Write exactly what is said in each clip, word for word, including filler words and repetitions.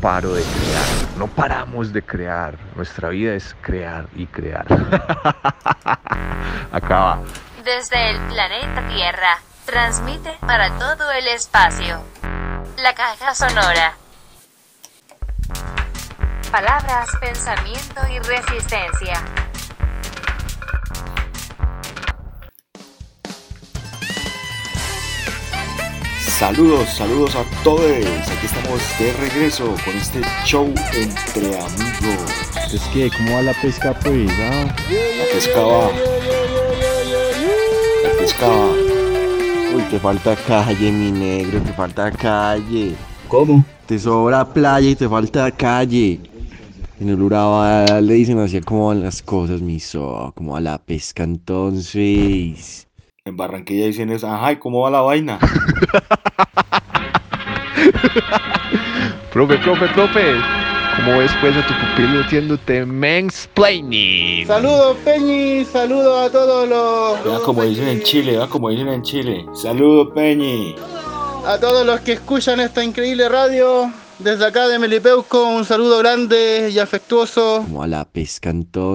paro de crear, no paramos de crear. Nuestra vida es crear y crear. Acaba. Desde el planeta Tierra, transmite para todo el espacio. La caja sonora. Palabras, pensamiento y resistencia. Saludos, saludos a todos. Aquí estamos de regreso con este show entre amigos. Es que, ¿cómo va la pesca, pues? ¿Ah? La pesca va. La pesca va. Uy, te falta calle, mi negro, te falta calle. ¿Cómo? Te sobra playa y te falta calle. En el Urabá le dicen así cómo van las cosas, mi so, cómo va la pesca entonces. En Barranquilla dicen eso, ajá, ¿y cómo va la vaina? Profe, profe, profe, ¿cómo ves pues a tu pupilo haciéndote mansplaining? Saludos, Peñi, saludos a todos los... Vea como dicen en Chile, vea como dicen en Chile. Saludos, Peñi. A todos los que escuchan esta increíble radio. Desde acá de Melipeuco, un saludo grande y afectuoso. ¿Cómo va la pesca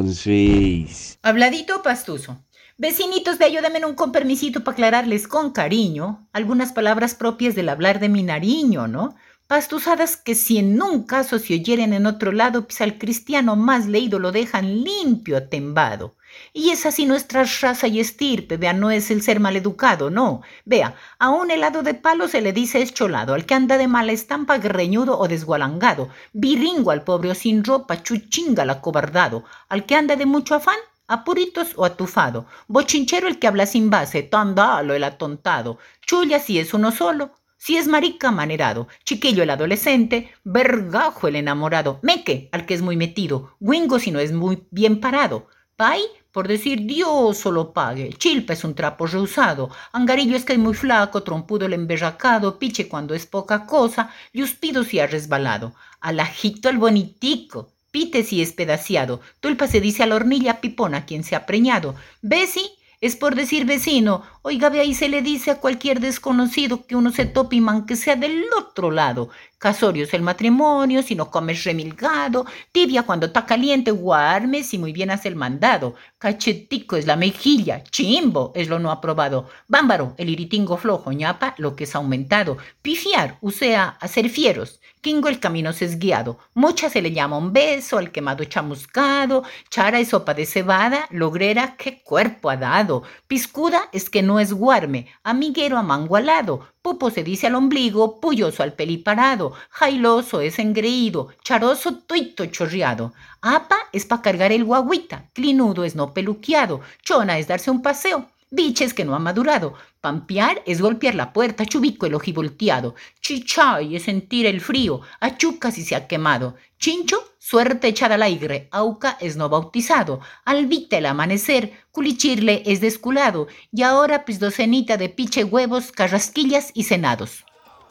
entonces? Habladito pastuso. Vecinitos de ayúdenme un con permisito para aclararles con cariño algunas palabras propias del hablar de mi nariño, ¿no? Pastusadas que si en un caso se oyeren en otro lado, pues al cristiano más leído lo dejan limpio atembado. Y es así nuestra raza y estirpe, vea, no es el ser maleducado, no. Vea, a un helado de palo se le dice escholado, al que anda de mala estampa, greñudo o desgualangado, viringo al pobre o sin ropa, chuchingal acobardado, al que anda de mucho afán, apuritos o atufado, bochinchero el que habla sin base, tandalo el atontado, chulla si es uno solo, si es marica manerado, chiquillo el adolescente, vergajo el enamorado, meque al que es muy metido, wingo si no es muy bien parado, pay por decir Dios solo pague, chilpa es un trapo reusado, angarillo es que es muy flaco, trompudo el emberracado, piche cuando es poca cosa, yuspido si ha resbalado, alajito el bonitico, pite si es pedaciado, tulpa se dice a la hornilla, pipona quien se ha preñado, besi es por decir vecino, oiga ve ahí se le dice a cualquier desconocido que uno se tope y man que sea del otro lado, casorio es el matrimonio, si no comes remilgado, tibia cuando está caliente, guarme si muy bien hace el mandado, cachetico es la mejilla, chimbo es lo no aprobado, bámbaro el iritingo flojo, ñapa lo que es aumentado, pifiar, o sea, hacer fieros, Kingo el camino se es guiado, mucha se le llama un beso, al quemado chamuscado, chara es sopa de cebada, logrera qué cuerpo ha dado, piscuda es que no es guarme, amiguero a mango alado, pupo se dice al ombligo, pulloso al peliparado, jailoso es engreído, charoso tuito chorreado, apa es pa cargar el guaguita, clinudo es no peluqueado, chona es darse un paseo, biches que no ha madurado, pampear es golpear la puerta, chubico el ojivolteado, chichay es sentir el frío, achuca si se ha quemado, chincho, suerte echada al aire, auca es no bautizado, albita el amanecer, culichirle es desculado, y ahora pues docenita de piche huevos, carrasquillas y cenados.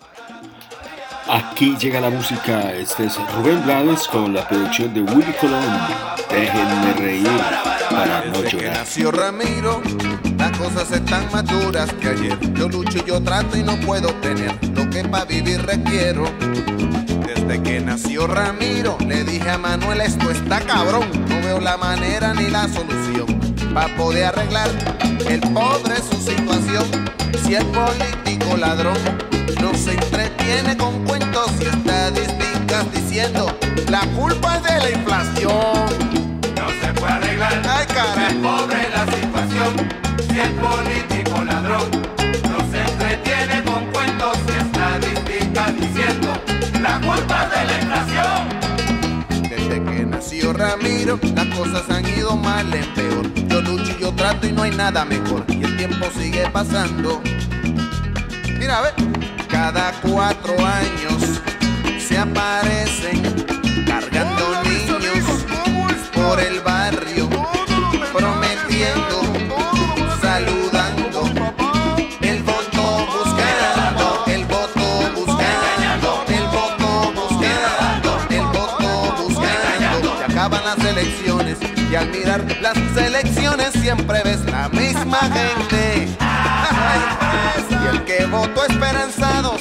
Aquí llega la música, este es Rubén Blades con la producción de Willy Colón. Déjenme reír para no Desde que llorar. nació Ramiro, las cosas están más duras que ayer. Yo lucho y yo trato y no puedo tener lo que para vivir requiero. Desde que nació Ramiro, le dije a Manuel esto está cabrón. No veo la manera ni la solución para poder arreglar el pobre su situación. Si el político ladrón no se entretiene con cuentos y estadísticas diciendo la culpa es de la inflación. No se puede arreglar, ay, caray, es pobre la situación. Si el político ladrón no se entretiene con cuentos y estadísticas diciendo la culpa es de la inflación. Desde que nació Ramiro, las cosas han ido mal en peor. Yo lucho y yo trato y no hay nada mejor. Y el tiempo sigue pasando. Mira, a ver. Cada cuatro años se aparecen cargando niños por el barrio, prometiendo, saludando, el voto buscando, el voto buscando, el voto buscando, el voto buscando. Se acaban las elecciones y al mirar las elecciones siempre ves la misma gente. Y el que votó esperanzado sigue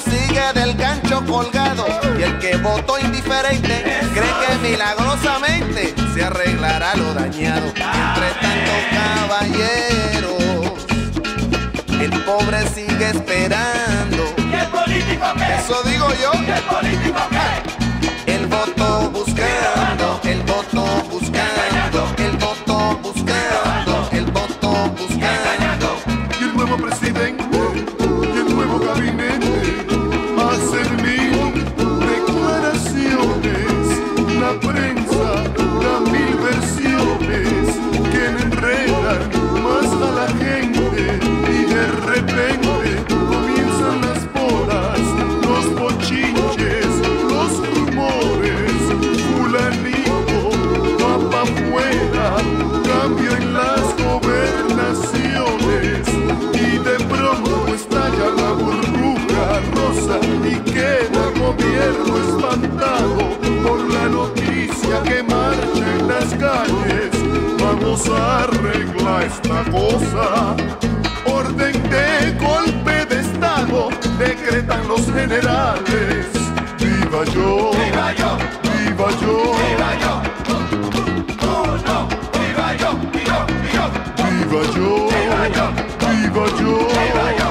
sigue del gancho colgado. Y el que votó indiferente cree que milagrosamente se arreglará lo dañado. Entre tanto, caballeros, el pobre sigue esperando. ¿Y el político qué? Eso digo yo. ¿Y el político qué? El voto buscando, el voto buscando, el voto buscando, el voto buscando. Y el nuevo presidente y el nuevo gabinete hacen mil declaraciones. La prensa da mil versiones que enredan más a la gente. Y de repente comienzan las bolas, los bochinches, los rumores. Fulanito va pa' afuera, cambio en las gobernaciones. Y de pronto estalla la burbuja rosa y queda el gobierno espantado por la noticia que marcha en las calles. Vamos a arreglar esta cosa. Orden de golpe de estado decretan los generales. Viva yo, Viva yo, viva yo, viva yo. Uno, viva yo, viva yo, viva yo, viva yo, viva yo. viva yo.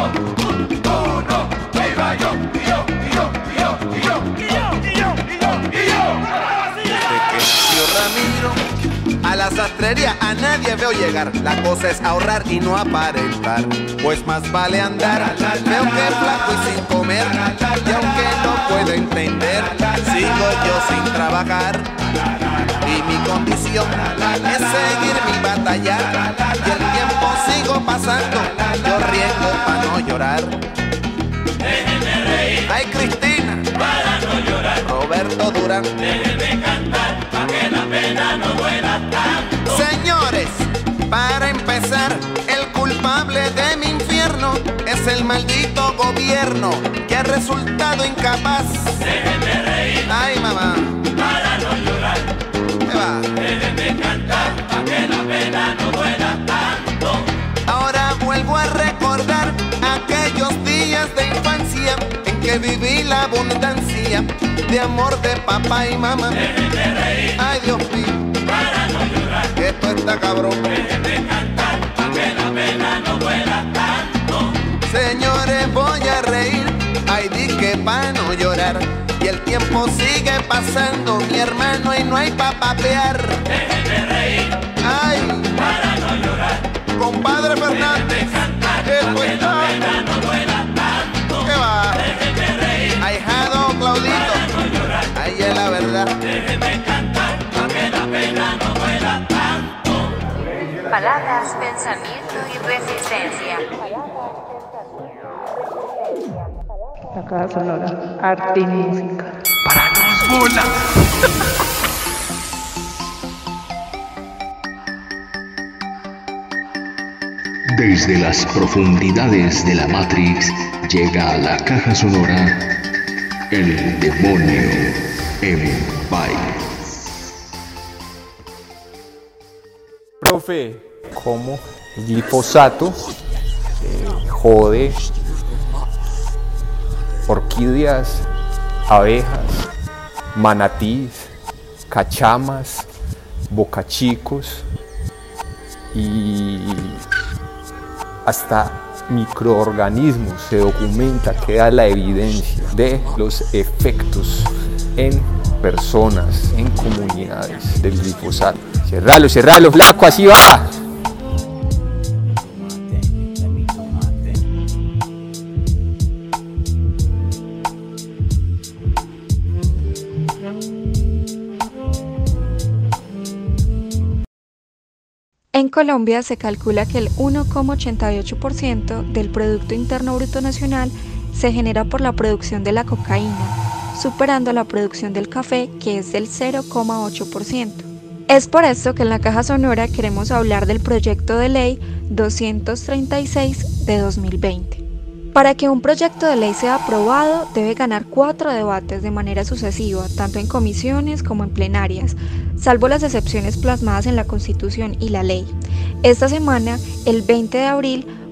Uno, viva yo, yo, yo, yo, yo, yo, yo, yo, yo. Desde que nació Ramiro, a la sastrería a nadie veo llegar. La cosa es ahorrar y no aparentar, pues más vale andar. Veo que flaco y sin comer, y aunque no puedo entender, sigo yo sin trabajar. Y mi condición es seguir mi batalla, y el tiempo sigo pasando, yo riego para no llorar. Déjenme reír Ay, Cristina, para no llorar. Roberto Durán. Déjenme cantar pa' que la pena no duela tanto. Señores, para empezar, el culpable de mi infierno es el maldito gobierno que ha resultado incapaz. Déjenme reír Ay, mamá, para no llorar. ¿qué va? Déjenme cantar pa' que la pena no duela tanto. Ahora vuelvo a recordar aquellos días de infancia en que viví la abundancia de amor de papá y mamá. Déjenme reír Ay, Dios mío, para no llorar. esto está cabrón. Déjenme cantar pa' que la pena no duela tanto. Señores, voy a reír, ay, di que pa' no llorar. Y el tiempo sigue pasando, mi hermano, y no hay pa' papear. Déjenme reír Ay, para no llorar. compadre Fernández, Déjenme cantar esto pa' que la está... pena no duela tanto. ¿Qué va? Déjenme reír Ahijado Claudito, para no llorar. ahí es la verdad. Déjenme cantar pa' que la pena no duela tanto. Palabras, pensamiento y resistencia. La Caja Sonora, arte y música. Desde las profundidades de la Matrix llega a la caja sonora el demonio en baile. Profe, ¿cómo el glifosato eh, jode orquídeas, abejas, manatís, cachamas, bocachicos y hasta microorganismos? Se documenta, queda la evidencia de los efectos en personas, en comunidades del glifosato. Cerralo, cerralo, flaco, así va. En Colombia se calcula que el uno coma ochenta y ocho por ciento del Producto Interno Bruto Nacional se genera por la producción de la cocaína, superando la producción del café, que es del cero coma ocho por ciento. Es por esto que en la Caja Sonora queremos hablar del proyecto de ley doscientos treinta y seis de dos mil veinte. Para que un proyecto de ley sea aprobado, debe ganar cuatro debates de manera sucesiva, tanto en comisiones como en plenarias, salvo las excepciones plasmadas en la Constitución y la ley. Esta semana, el veinte de abril,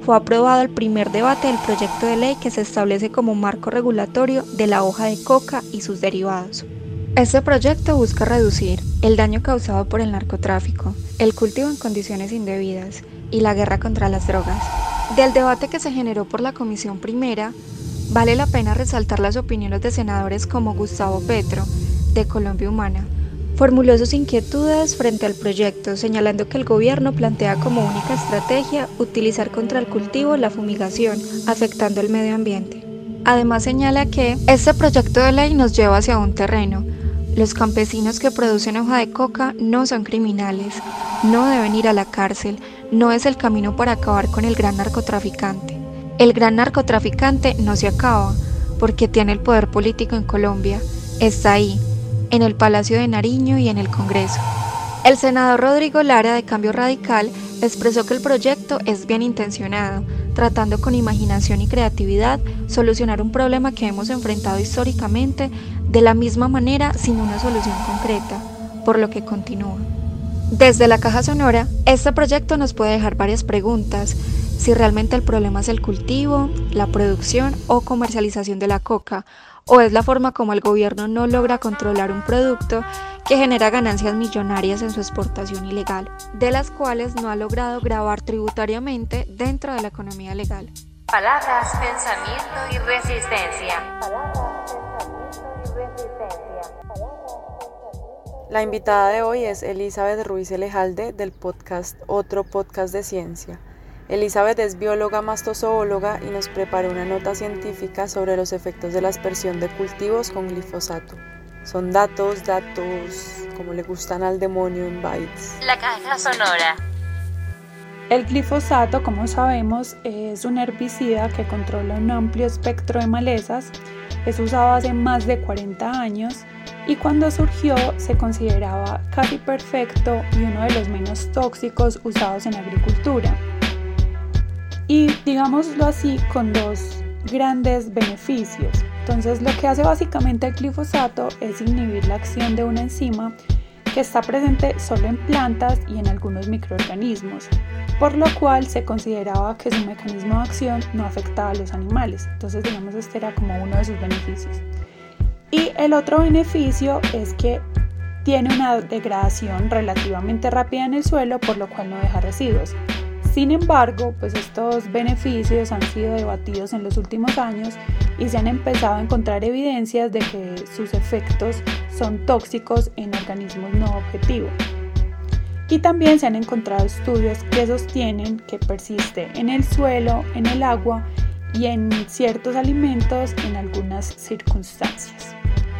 fue aprobado el primer debate del proyecto de ley que se establece como marco regulatorio de la hoja de coca y sus derivados. Este proyecto busca reducir el daño causado por el narcotráfico, el cultivo en condiciones indebidas y la guerra contra las drogas. Del debate que se generó por la Comisión Primera, vale la pena resaltar las opiniones de senadores como Gustavo Petro, de Colombia Humana. Formuló sus inquietudes frente al proyecto, señalando que el gobierno plantea como única estrategia utilizar contra el cultivo la fumigación, afectando el medio ambiente. Además señala que este proyecto de ley nos lleva hacia un terreno. Los campesinos que producen hoja de coca no son criminales, no deben ir a la cárcel, no es el camino para acabar con el gran narcotraficante. El gran narcotraficante no se acaba, porque tiene el poder político en Colombia, está ahí, en el Palacio de Nariño y en el Congreso. El senador Rodrigo Lara, de Cambio Radical, expresó que el proyecto es bien intencionado, tratando con imaginación y creatividad solucionar un problema que hemos enfrentado históricamente de la misma manera sin una solución concreta, por lo que continúa. Desde la Caja Sonora, este proyecto nos puede dejar varias preguntas: si realmente el problema es el cultivo, la producción o comercialización de la coca, o es la forma como el gobierno no logra controlar un producto que genera ganancias millonarias en su exportación ilegal, de las cuales no ha logrado gravar tributariamente dentro de la economía legal. Palabras, pensamiento y resistencia. La invitada de hoy es Elizabeth Ruiz Elejalde, del podcast Otro Podcast de Ciencia. Elizabeth es bióloga mastozoóloga y nos preparó una nota científica sobre los efectos de la aspersión de cultivos con glifosato. Son datos, datos, como le gustan al demonio en bytes. La Caja Sonora. El glifosato, como sabemos, es un herbicida que controla un amplio espectro de malezas. Es usado hace más de cuarenta años y cuando surgió se consideraba casi perfecto y uno de los menos tóxicos usados en agricultura. Y digámoslo así, con dos grandes beneficios. Entonces, lo que hace básicamente el glifosato es inhibir la acción de una enzima que está presente solo en plantas y en algunos microorganismos, por lo cual se consideraba que su mecanismo de acción no afectaba a los animales. Entonces, digamos, este era como uno de sus beneficios. Y el otro beneficio es que tiene una degradación relativamente rápida en el suelo, por lo cual no deja residuos. Sin embargo, pues estos beneficios han sido debatidos en los últimos años y se han empezado a encontrar evidencias de que sus efectos son tóxicos en organismos no objetivos. Y también se han encontrado estudios que sostienen que persiste en el suelo, en el agua y en ciertos alimentos en algunas circunstancias.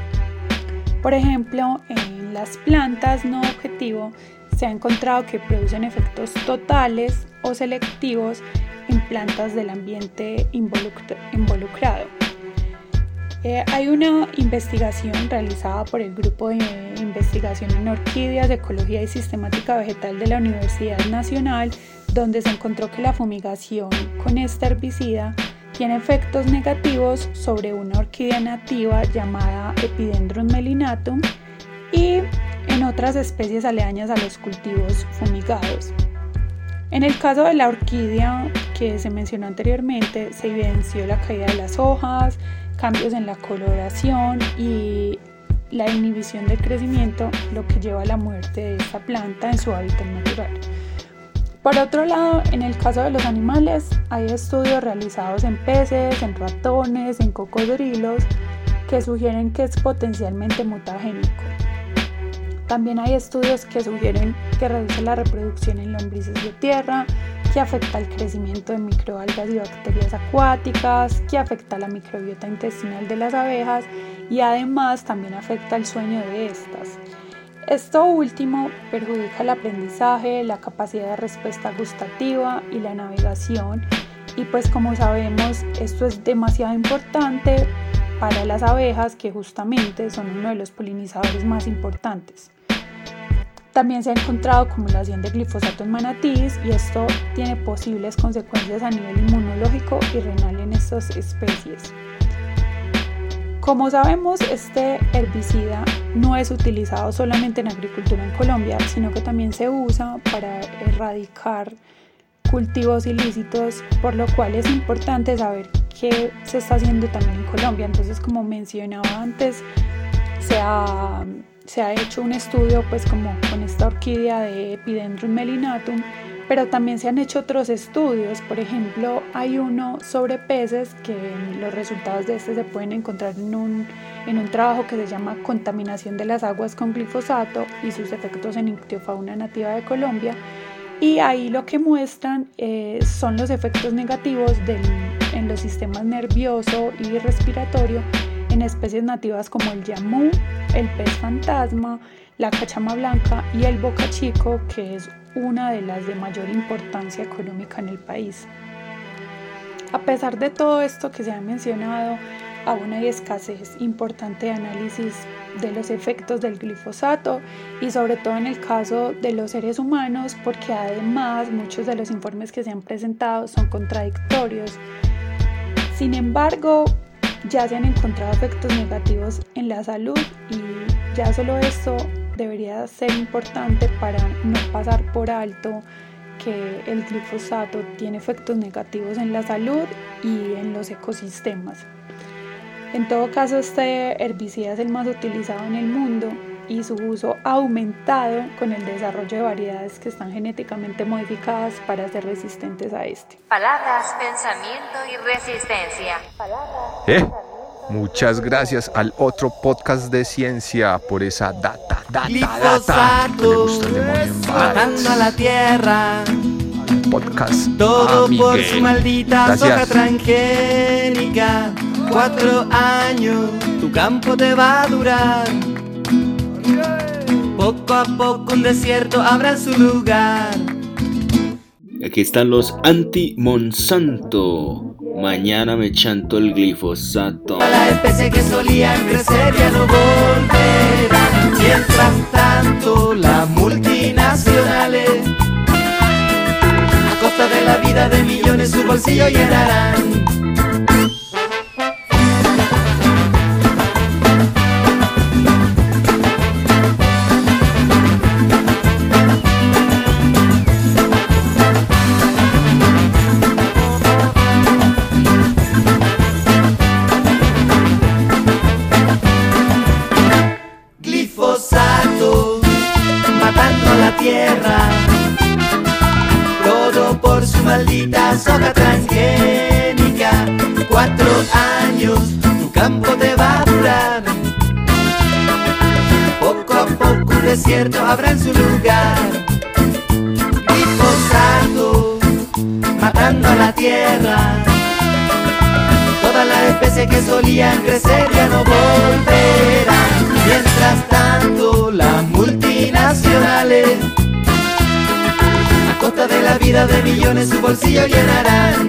Por ejemplo, en las plantas no objetivo se ha encontrado que producen efectos totales o selectivos en plantas del ambiente involucra- involucrado. Eh, hay una investigación realizada por el Grupo de Investigación en Orquídeas, Ecología y Sistemática Vegetal de la Universidad Nacional, donde se encontró que la fumigación con este herbicida tiene efectos negativos sobre una orquídea nativa llamada Epidendrum melinatum y en otras especies aledañas a los cultivos fumigados. En el caso de la orquídea que se mencionó anteriormente, se evidenció la caída de las hojas, cambios en la coloración y la inhibición del crecimiento, lo que lleva a la muerte de esta planta en su hábitat natural. Por otro lado, en el caso de los animales, hay estudios realizados en peces, en ratones, en cocodrilos, que sugieren que es potencialmente mutagénico. También hay estudios que sugieren que reduce la reproducción en lombrices de tierra, que afecta el crecimiento de microalgas y bacterias acuáticas, que afecta la microbiota intestinal de las abejas y además también afecta el sueño de estas. Esto último perjudica el aprendizaje, la capacidad de respuesta gustativa y la navegación, y pues como sabemos esto es demasiado importante para las abejas, que justamente son uno de los polinizadores más importantes. También se ha encontrado acumulación de glifosato en manatíes y esto tiene posibles consecuencias a nivel inmunológico y renal en estas especies. Como sabemos, este herbicida no es utilizado solamente en agricultura en Colombia, sino que también se usa para erradicar cultivos ilícitos, por lo cual es importante saber qué se está haciendo también en Colombia. Entonces, como mencionaba antes, se ha, se ha hecho un estudio pues como con esta orquídea de Epidendrum melinatum, pero también se han hecho otros estudios. Por ejemplo, hay uno sobre peces que los resultados de este se pueden encontrar en un, en un trabajo que se llama Contaminación de las aguas con glifosato y sus efectos en ictiofauna nativa de Colombia. Y ahí lo que muestran eh, son los efectos negativos del, en los sistemas nervioso y respiratorio en especies nativas como el yamú, el pez fantasma, la cachama blanca y el bocachico, que es una de las de mayor importancia económica en el país. A pesar de todo esto que se ha mencionado, aún hay escasez importante de análisis de los efectos del glifosato y sobre todo en el caso de los seres humanos, porque además muchos de los informes que se han presentado son contradictorios. Sin embargo, ya se han encontrado efectos negativos en la salud y ya solo esto debería ser importante para no pasar por alto que el glifosato tiene efectos negativos en la salud y en los ecosistemas. En todo caso, este herbicida es el más utilizado en el mundo y su uso ha aumentado con el desarrollo de variedades que están genéticamente modificadas para ser resistentes a este. Palabras, pensamiento y resistencia. Eh, muchas gracias al otro podcast de ciencia por esa data, data, data. Que me gusta el demonio en matando a la tierra. Podcast. Todo Amigue. por su maldita Gracias. soja transgénica. Cuatro años, tu campo te va a durar. Poco a poco un desierto habrá su lugar. Aquí están los anti-Monsanto. Mañana me chanto el glifosato. La especie que solía crecer ya no volverá. Mientras tanto, las multinacionales, a costa de la vida de millones, su bolsillo llenarán. Glifosato, matando a la tierra, todo por su maldita soja transgénica. Cuatro años, tu campo te va a durar. Poco a poco un desierto habrá en su lugar. Glifosato, matando a la tierra, todas las especies que solían crecer ya no volverán. Mientras tanto, las multinacionales, a costa de la vida de millones, su bolsillo llenarán.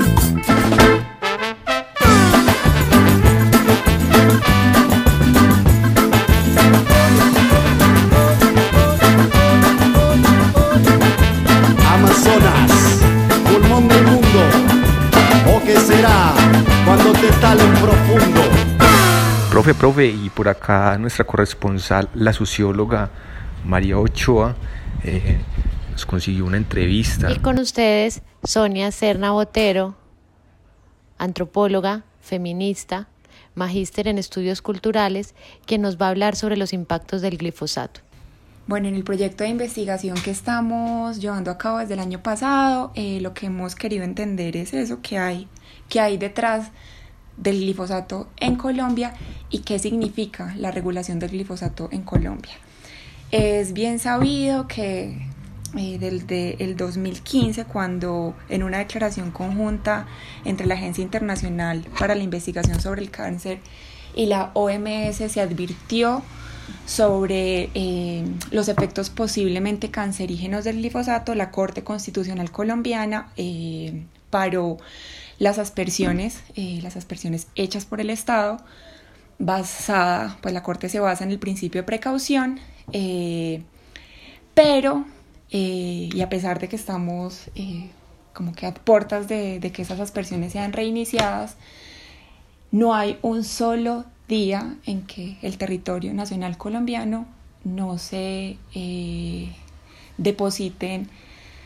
Amazonas, pulmón del mundo, ¿o qué será cuando te talen profundo? Profe, profe, y por acá nuestra corresponsal, la socióloga María Ochoa, eh, nos consiguió una entrevista. Y con ustedes, Sonia Serna Botero, antropóloga, feminista, magíster en estudios culturales, quien nos va a hablar sobre los impactos del glifosato. Bueno, en el proyecto de investigación que estamos llevando a cabo desde el año pasado, eh, lo que hemos querido entender es eso que hay, que hay detrás del glifosato en Colombia y qué significa la regulación del glifosato en Colombia. Es bien sabido que eh, desde el dos mil quince, cuando en una declaración conjunta entre la Agencia Internacional para la Investigación sobre el Cáncer y la O M S se advirtió sobre eh, los efectos posiblemente cancerígenos del glifosato, la Corte Constitucional Colombiana eh, paró las aspersiones, eh, las aspersiones hechas por el Estado, basada, pues la Corte se basa en el principio de precaución, eh, pero, eh, y a pesar de que estamos eh, como que a puertas de, de que esas aspersiones sean reiniciadas, no hay un solo día en que el territorio nacional colombiano no se eh, depositen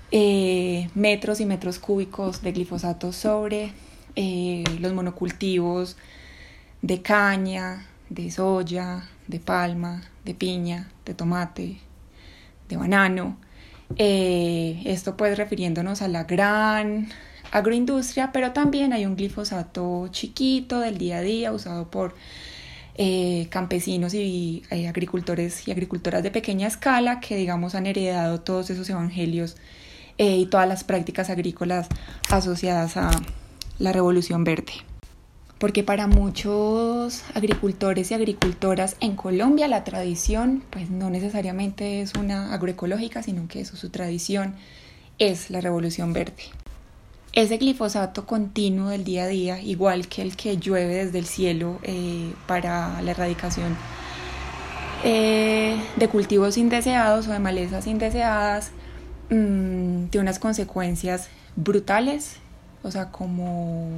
eh, metros y metros cúbicos de glifosato sobre eh, los monocultivos de caña, de soya, de palma, de piña, de tomate, de banano. Eh, esto pues refiriéndonos a la gran agroindustria, pero también hay un glifosato chiquito del día a día usado por eh, campesinos y eh, agricultores y agricultoras de pequeña escala que digamos han heredado todos esos evangelios eh, y todas las prácticas agrícolas asociadas a la revolución verde. Porque para muchos agricultores y agricultoras en Colombia la tradición pues no necesariamente es una agroecológica, sino que eso, su tradición es la revolución verde. Ese glifosato continuo del día a día, igual que el que llueve desde el cielo eh, para la erradicación eh, de cultivos indeseados o de malezas indeseadas, mmm, tiene unas consecuencias brutales, o sea, como...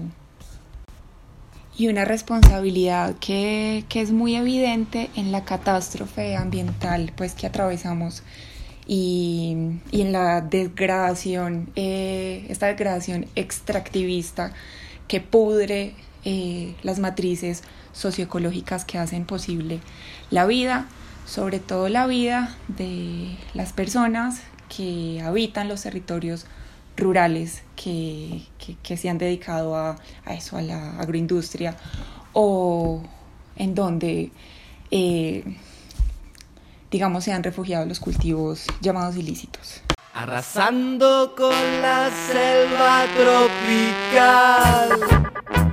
y una responsabilidad que, que es muy evidente en la catástrofe ambiental pues, que atravesamos y, y en la degradación, eh, esta degradación extractivista que pudre eh, las matrices socioecológicas que hacen posible la vida, sobre todo la vida de las personas que habitan los territorios rurales que, que, que se han dedicado a, a eso, a la agroindustria, o en donde, eh, digamos, se han refugiado los cultivos llamados ilícitos. Arrasando con la selva tropical,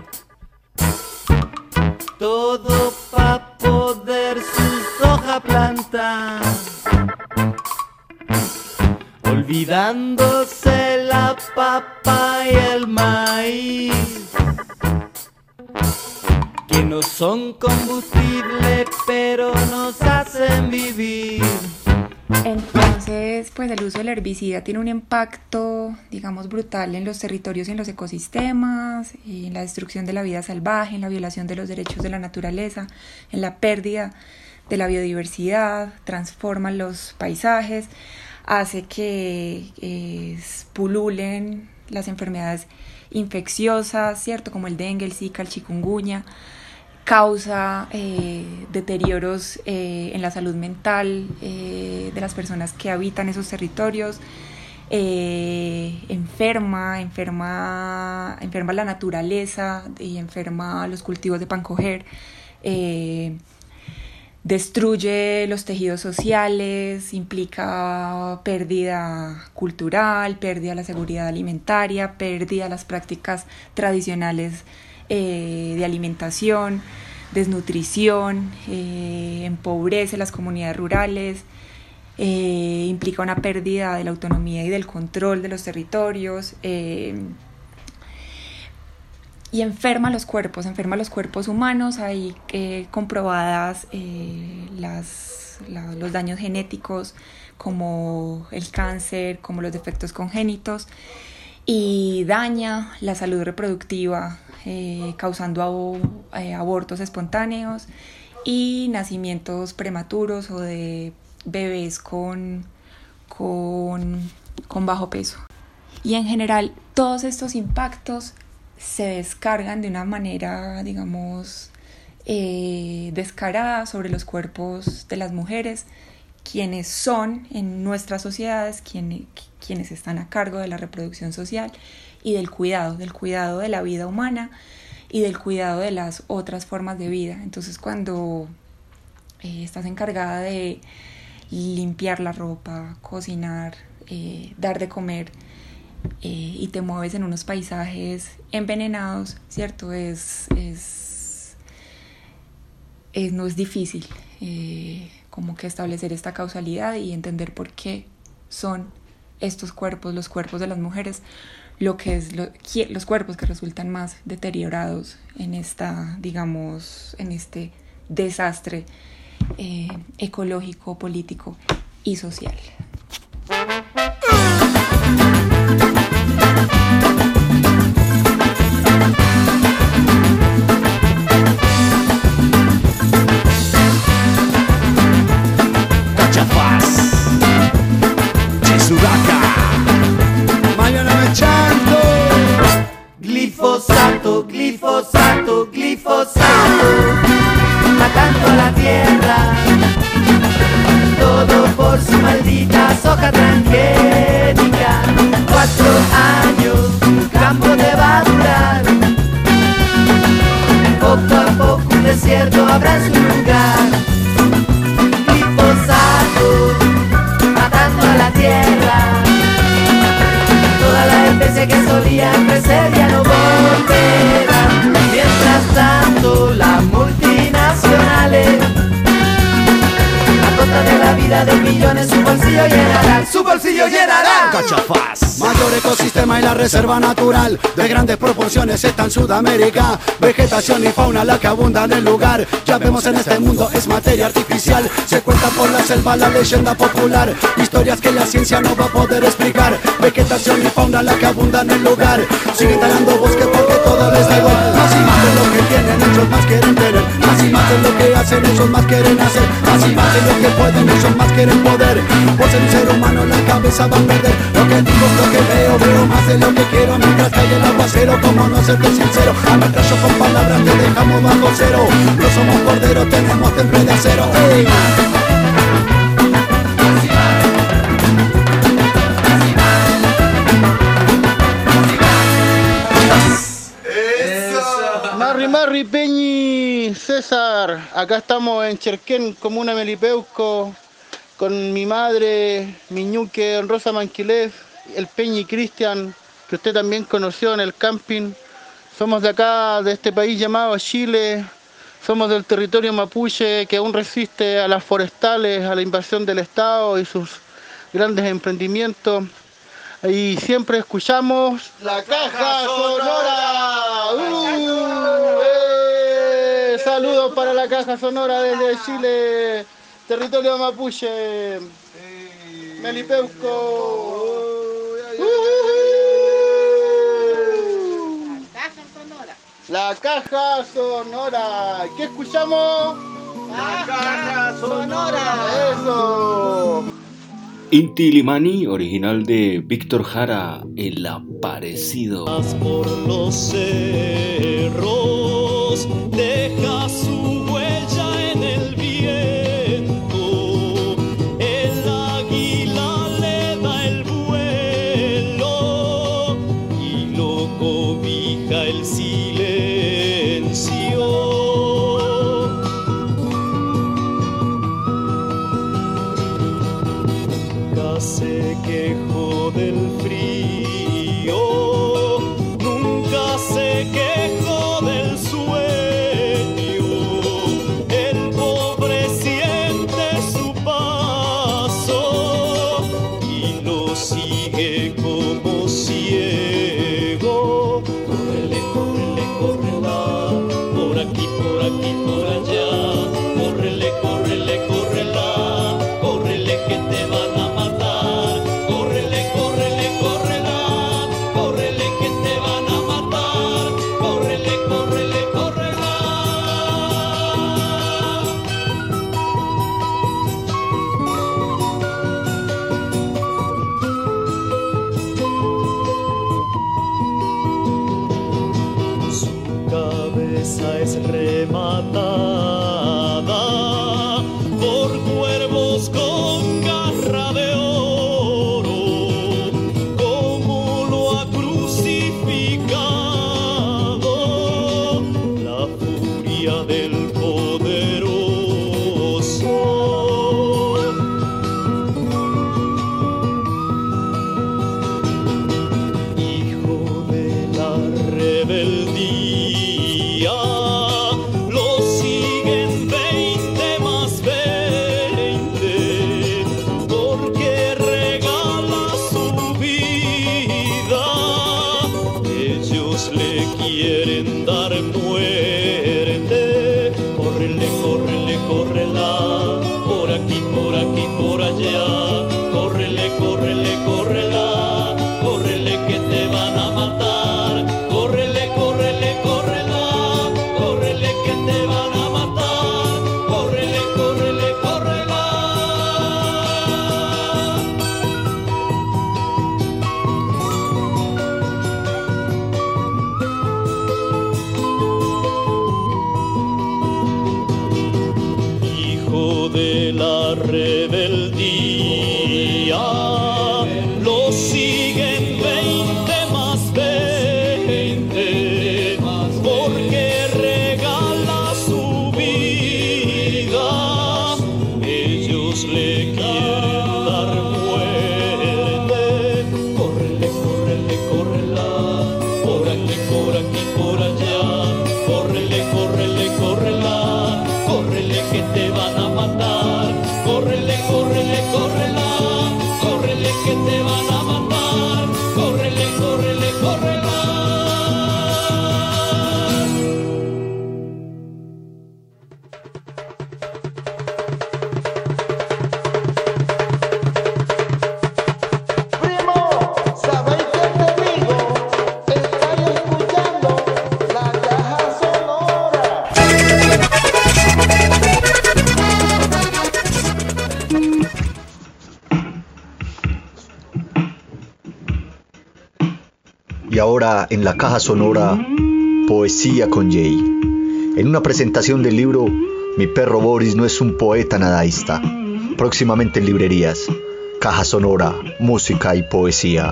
todo pa' poder sus hojas plantar, olvidándose la papa y el maíz, que no son combustible pero nos hacen vivir. Entonces, pues el uso del herbicida tiene un impacto, digamos, brutal en los territorios y en los ecosistemas, en la destrucción de la vida salvaje, en la violación de los derechos de la naturaleza, en la pérdida de la biodiversidad, transforma los paisajes, hace que eh, pululen las enfermedades infecciosas, ¿cierto? Como el dengue, el zika, el chikungunya, causa eh, deterioros eh, en la salud mental eh, de las personas que habitan esos territorios, eh, enferma, enferma, enferma la naturaleza y enferma los cultivos de pan coger, eh, destruye los tejidos sociales, implica pérdida cultural, pérdida de la seguridad alimentaria, pérdida de las prácticas tradicionales eh, de alimentación, desnutrición, eh, empobrece las comunidades rurales, eh, implica una pérdida de la autonomía y del control de los territorios, eh, y enferma los cuerpos, enferma los cuerpos humanos. Hay eh, comprobadas eh, las, la, los daños genéticos como el cáncer, como los defectos congénitos, y daña la salud reproductiva, eh, causando abo, eh, abortos espontáneos y nacimientos prematuros o de bebés con, con, con bajo peso. Y en general todos estos impactos se descargan de una manera, digamos, eh, descarada sobre los cuerpos de las mujeres, quienes son en nuestras sociedades quienes, quienes están a cargo de la reproducción social y del cuidado, del cuidado de la vida humana y del cuidado de las otras formas de vida. Entonces, cuando eh, estás encargada de limpiar la ropa, cocinar, eh, dar de comer, Eh, y te mueves en unos paisajes envenenados, ¿cierto? Es, es, es, no es difícil eh, como que establecer esta causalidad y entender por qué son estos cuerpos, los cuerpos de las mujeres, lo que es lo, los cuerpos que resultan más deteriorados en esta, digamos, en este desastre eh, ecológico, político y social. Cachafaz, Chesuraca, Glifosato, glifosato, glifosato, matando a la tierra, todo por su maldita soja transgénica. Cuatro años, un campo te va a durar, poco a poco un desierto habrá en su lugar. Glifosato, matando a la tierra, toda la especie que solían crecer ya no volverán. Mientras tanto, las multinacionales, a costa de la vida de millones, su bolsillo llenarán, su bolsillo llenarán. Cachafaz. Mayor ecosistema y la reserva natural de grandes proporciones está en Sudamérica. Vegetación y fauna la que abunda en el lugar. Ya vemos en este mundo es materia artificial. Se cuenta por la selva la leyenda popular, historias que la ciencia no va a poder explicar. Vegetación y fauna la que abunda en el lugar. Siguen talando bosque porque todo les da igual. Más y más de lo que tienen, ellos más quieren tener. Más y más de lo que hacen, ellos más quieren hacer. Más y más de lo que pueden, ellos más quieren poder. Por ser un ser humano la cabeza va a perder. Lo que digo es lo que veo, veo más de lo que quiero. Mientras cae el aguacero, como no serte sincero. Ametrallo con palabras, te dejamos bajo cero. No somos corderos, tenemos temple de acero. ¡Ey! Marri, Marri, Peñi, César. Acá estamos en Cherquén, comuna Melipeuco, con mi madre, mi ñuque, Rosa Manquilef, el Peñi Cristian, que usted también conoció en el camping. Somos de acá, de este país llamado Chile. Somos del territorio mapuche que aún resiste a las forestales, a la invasión del Estado y sus grandes emprendimientos. Y siempre escuchamos La Caja Sonora. ¡Uh! ¡Eh! Saludos para La Caja Sonora desde Chile, territorio mapuche, Melipeuco. La Caja Sonora. ¿Qué escuchamos? La Caja Sonora. Eso. Inti Limani, original de Víctor Jara, El Aparecido. Por los cerros deja su huella en el viento, el águila le da el vuelo y lo cobija el silencio. Se quejó del frío, nunca se quejó del sueño. El pobre siente su paso y lo sigue como ciego. Córrele, córrele, córrela, por aquí, por aquí, por allá. Córrele, córrele, córrela, córrele que te van a matar. Es rematada por cuervos con garra de oro, como lo ha crucificado la furia del poderoso. Hijo de la rebeldía, lo siguen veinte más veinte, porque regala su vida. Ellos le quieren dar muerte. Córrele, córrele, córrela, por aquí, por aquí, por allá. Córrele, córrele, córrela, córrele que te van a matar. Córrele, córrele, córrela, córrele que te van a matar. Córrele, córrele, córrela. rebeldía. Lo siguen veinte más veinte, porque regala su vida. Ellos le quieren dar muerte. Córrele, córrele, córrela, por aquí, por aquí, por allá. Córrele, córrele, córrela, córrele que te van a matar. Córrele, córrele, córrela, córrele que te van a matar. Córrele, córrele, córrela. Y ahora en la caja sonora, poesía con Jay. En una presentación del libro Mi perro Boris no es un poeta nadaísta. Próximamente en librerías. Caja sonora, música y poesía.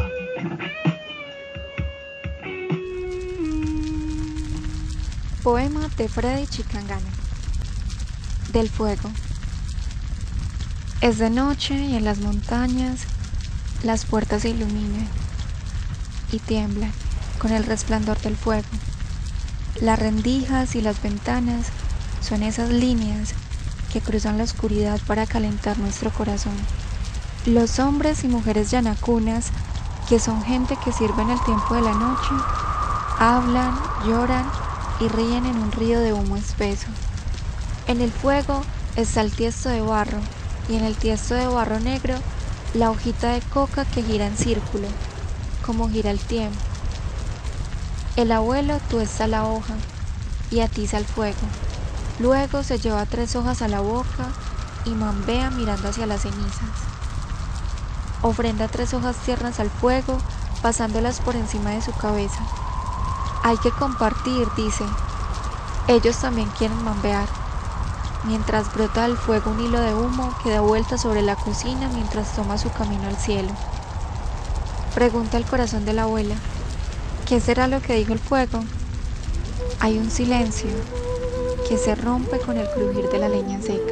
Poema de Freddy Chicangana. Del fuego. Es de noche y en las montañas las puertas se iluminan y tiemblan con el resplandor del fuego. Las rendijas y las ventanas son esas líneas que cruzan la oscuridad para calentar nuestro corazón. Los hombres y mujeres yanacunas, que son gente que sirve en el tiempo de la noche, hablan, lloran y ríen en un río de humo espeso. En el fuego está el tiesto de barro y en el tiesto de barro negro la hojita de coca que gira en círculo, como gira el tiempo. El abuelo tuesta la hoja y atiza el fuego. Luego se lleva tres hojas a la boca y mambea mirando hacia las cenizas. Ofrenda tres hojas tiernas al fuego, pasándolas por encima de su cabeza. Hay que compartir, dice. Ellos también quieren mambear. Mientras brota del fuego un hilo de humo que da vuelta sobre la cocina mientras toma su camino al cielo. Pregunta el corazón de la abuela: ¿qué será lo que dijo el fuego? Hay un silencio que se rompe con el crujir de la leña seca.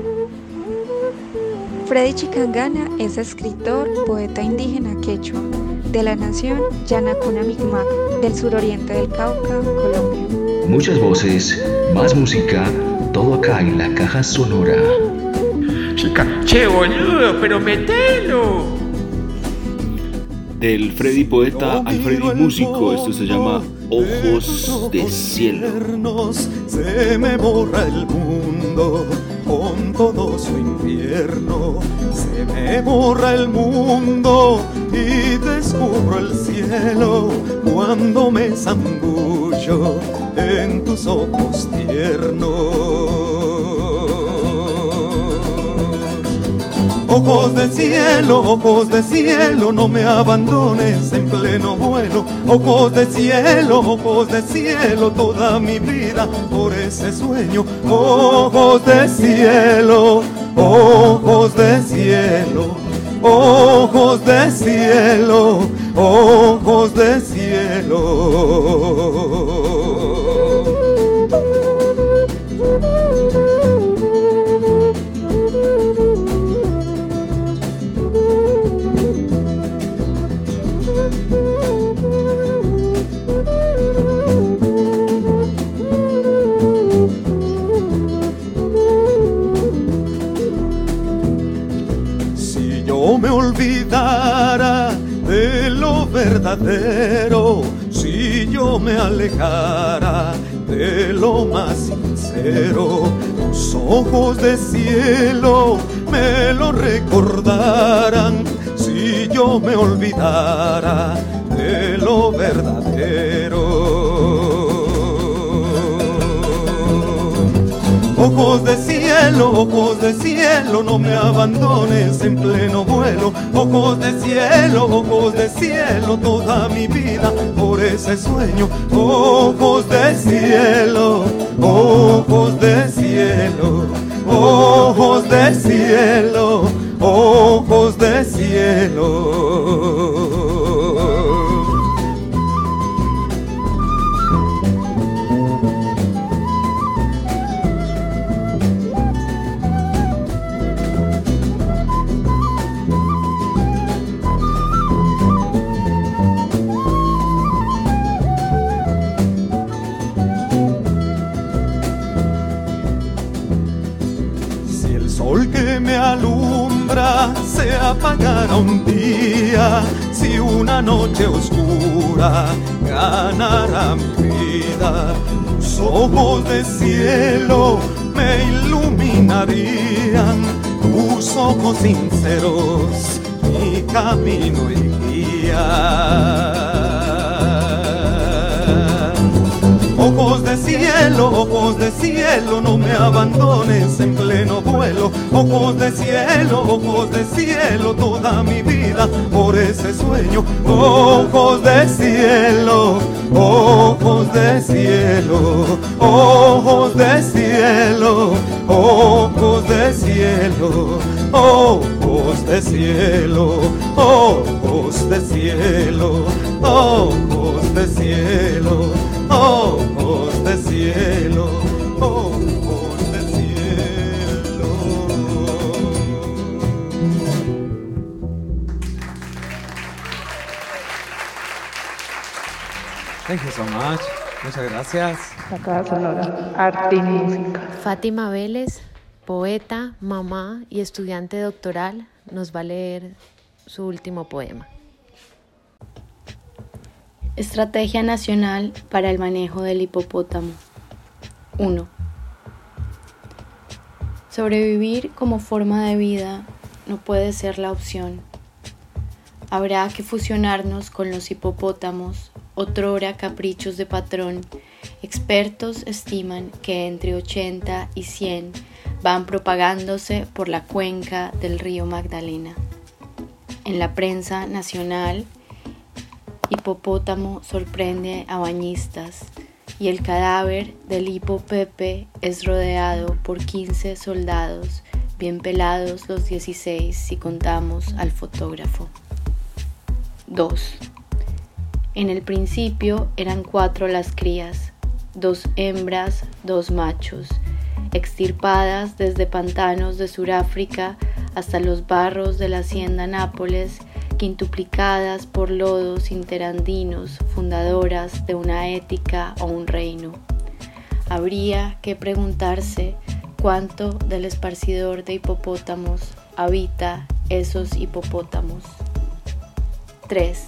Freddy Chicangana es escritor, poeta indígena quechua, de la nación Yanacuna Mi'kmaq, del suroriente del Cauca, Colombia. Muchas voces, más música, todo acá en la caja sonora. Chica, che boludo, pero metelo. Del Freddy poeta al Freddy músico, esto se llama Ojos de Cielo. Se me borra el mundo con todo su infierno. Se me borra el mundo y descubro el cielo cuando me zambullo en tus ojos tiernos. Ojos de cielo, ojos de cielo, no me abandones en pleno vuelo. Ojos de cielo, ojos de cielo, toda mi vida por ese sueño. Ojos de cielo, ojos de cielo, ojos de cielo, ojos de cielo. De lo verdadero, si yo me alejara de lo más sincero, tus ojos de cielo me lo recordaran. Si yo me olvidara de lo verdadero. Ojos de cielo, ojos de cielo, no me abandones en pleno vuelo. Ojos de cielo, ojos de cielo, toda mi vida por ese sueño. Ojos de cielo, ojos de cielo, ojos de cielo, ojos de cielo. Me alumbra, se apagará un día, si una noche oscura ganará mi vida. Tus ojos de cielo me iluminarían, tus ojos sinceros mi camino y guía. Ojos de cielo, ojos de cielo, no me abandones en pleno vuelo. Ojos de cielo, ojos de cielo, toda mi vida por ese sueño. Ojos de cielo, ojos de cielo, ojos de cielo, ojos de cielo, ojos de cielo, ojos de cielo, ojos de cielo, ojos de cielo, ojos de cielo. Thank you so much. Muchas gracias. La Caja Sonora, arte y música. Fátima Vélez, poeta, mamá y estudiante doctoral, nos va a leer su último poema. Estrategia Nacional para el Manejo del Hipopótamo. uno. Sobrevivir como forma de vida no puede ser la opción. Habrá que fusionarnos con los hipopótamos, otrora caprichos de patrón. Expertos estiman que entre ochenta y cien van propagándose por la cuenca del río Magdalena. En la prensa nacional, hipopótamo sorprende a bañistas y el cadáver del hipo Pepe es rodeado por quince soldados, bien pelados los dieciséis si contamos al fotógrafo. dos. En el principio eran cuatro las crías, dos hembras, dos machos, extirpadas desde pantanos de Suráfrica hasta los barros de la hacienda Nápoles, quintuplicadas por lodos interandinos, fundadoras de una ética o un reino. Habría que preguntarse cuánto del esparcidor de hipopótamos habita esos hipopótamos. tres.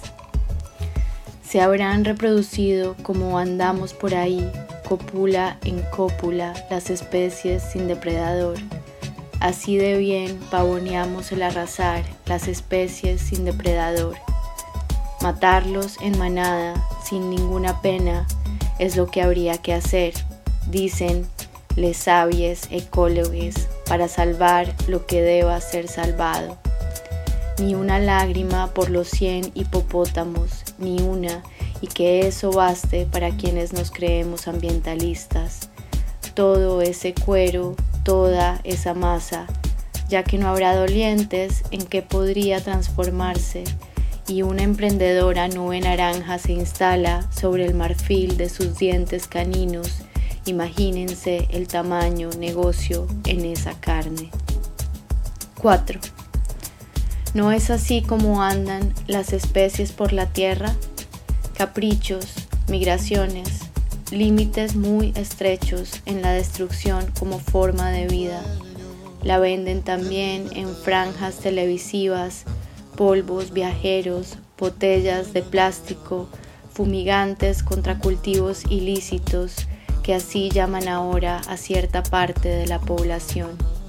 Se habrán reproducido como andamos por ahí, cópula en cópula, las especies sin depredador. Así de bien pavoneamos el arrasar las especies sin depredador. Matarlos en manada, sin ninguna pena, es lo que habría que hacer, dicen les sabies ecólogos, para salvar lo que deba ser salvado. Ni una lágrima por los cien hipopótamos, ni una, y que eso baste para quienes nos creemos ambientalistas. Todo ese cuero, toda esa masa, ya que no habrá dolientes en que podría transformarse, y una emprendedora nube naranja se instala sobre el marfil de sus dientes caninos. Imagínense el tamaño negocio en esa carne. cuatro. ¿No es así como andan las especies por la tierra? Caprichos, migraciones, límites muy estrechos en la destrucción como forma de vida. La venden también en franjas televisivas, polvos viajeros, botellas de plástico, fumigantes contra cultivos ilícitos que así llaman ahora a cierta parte de la población.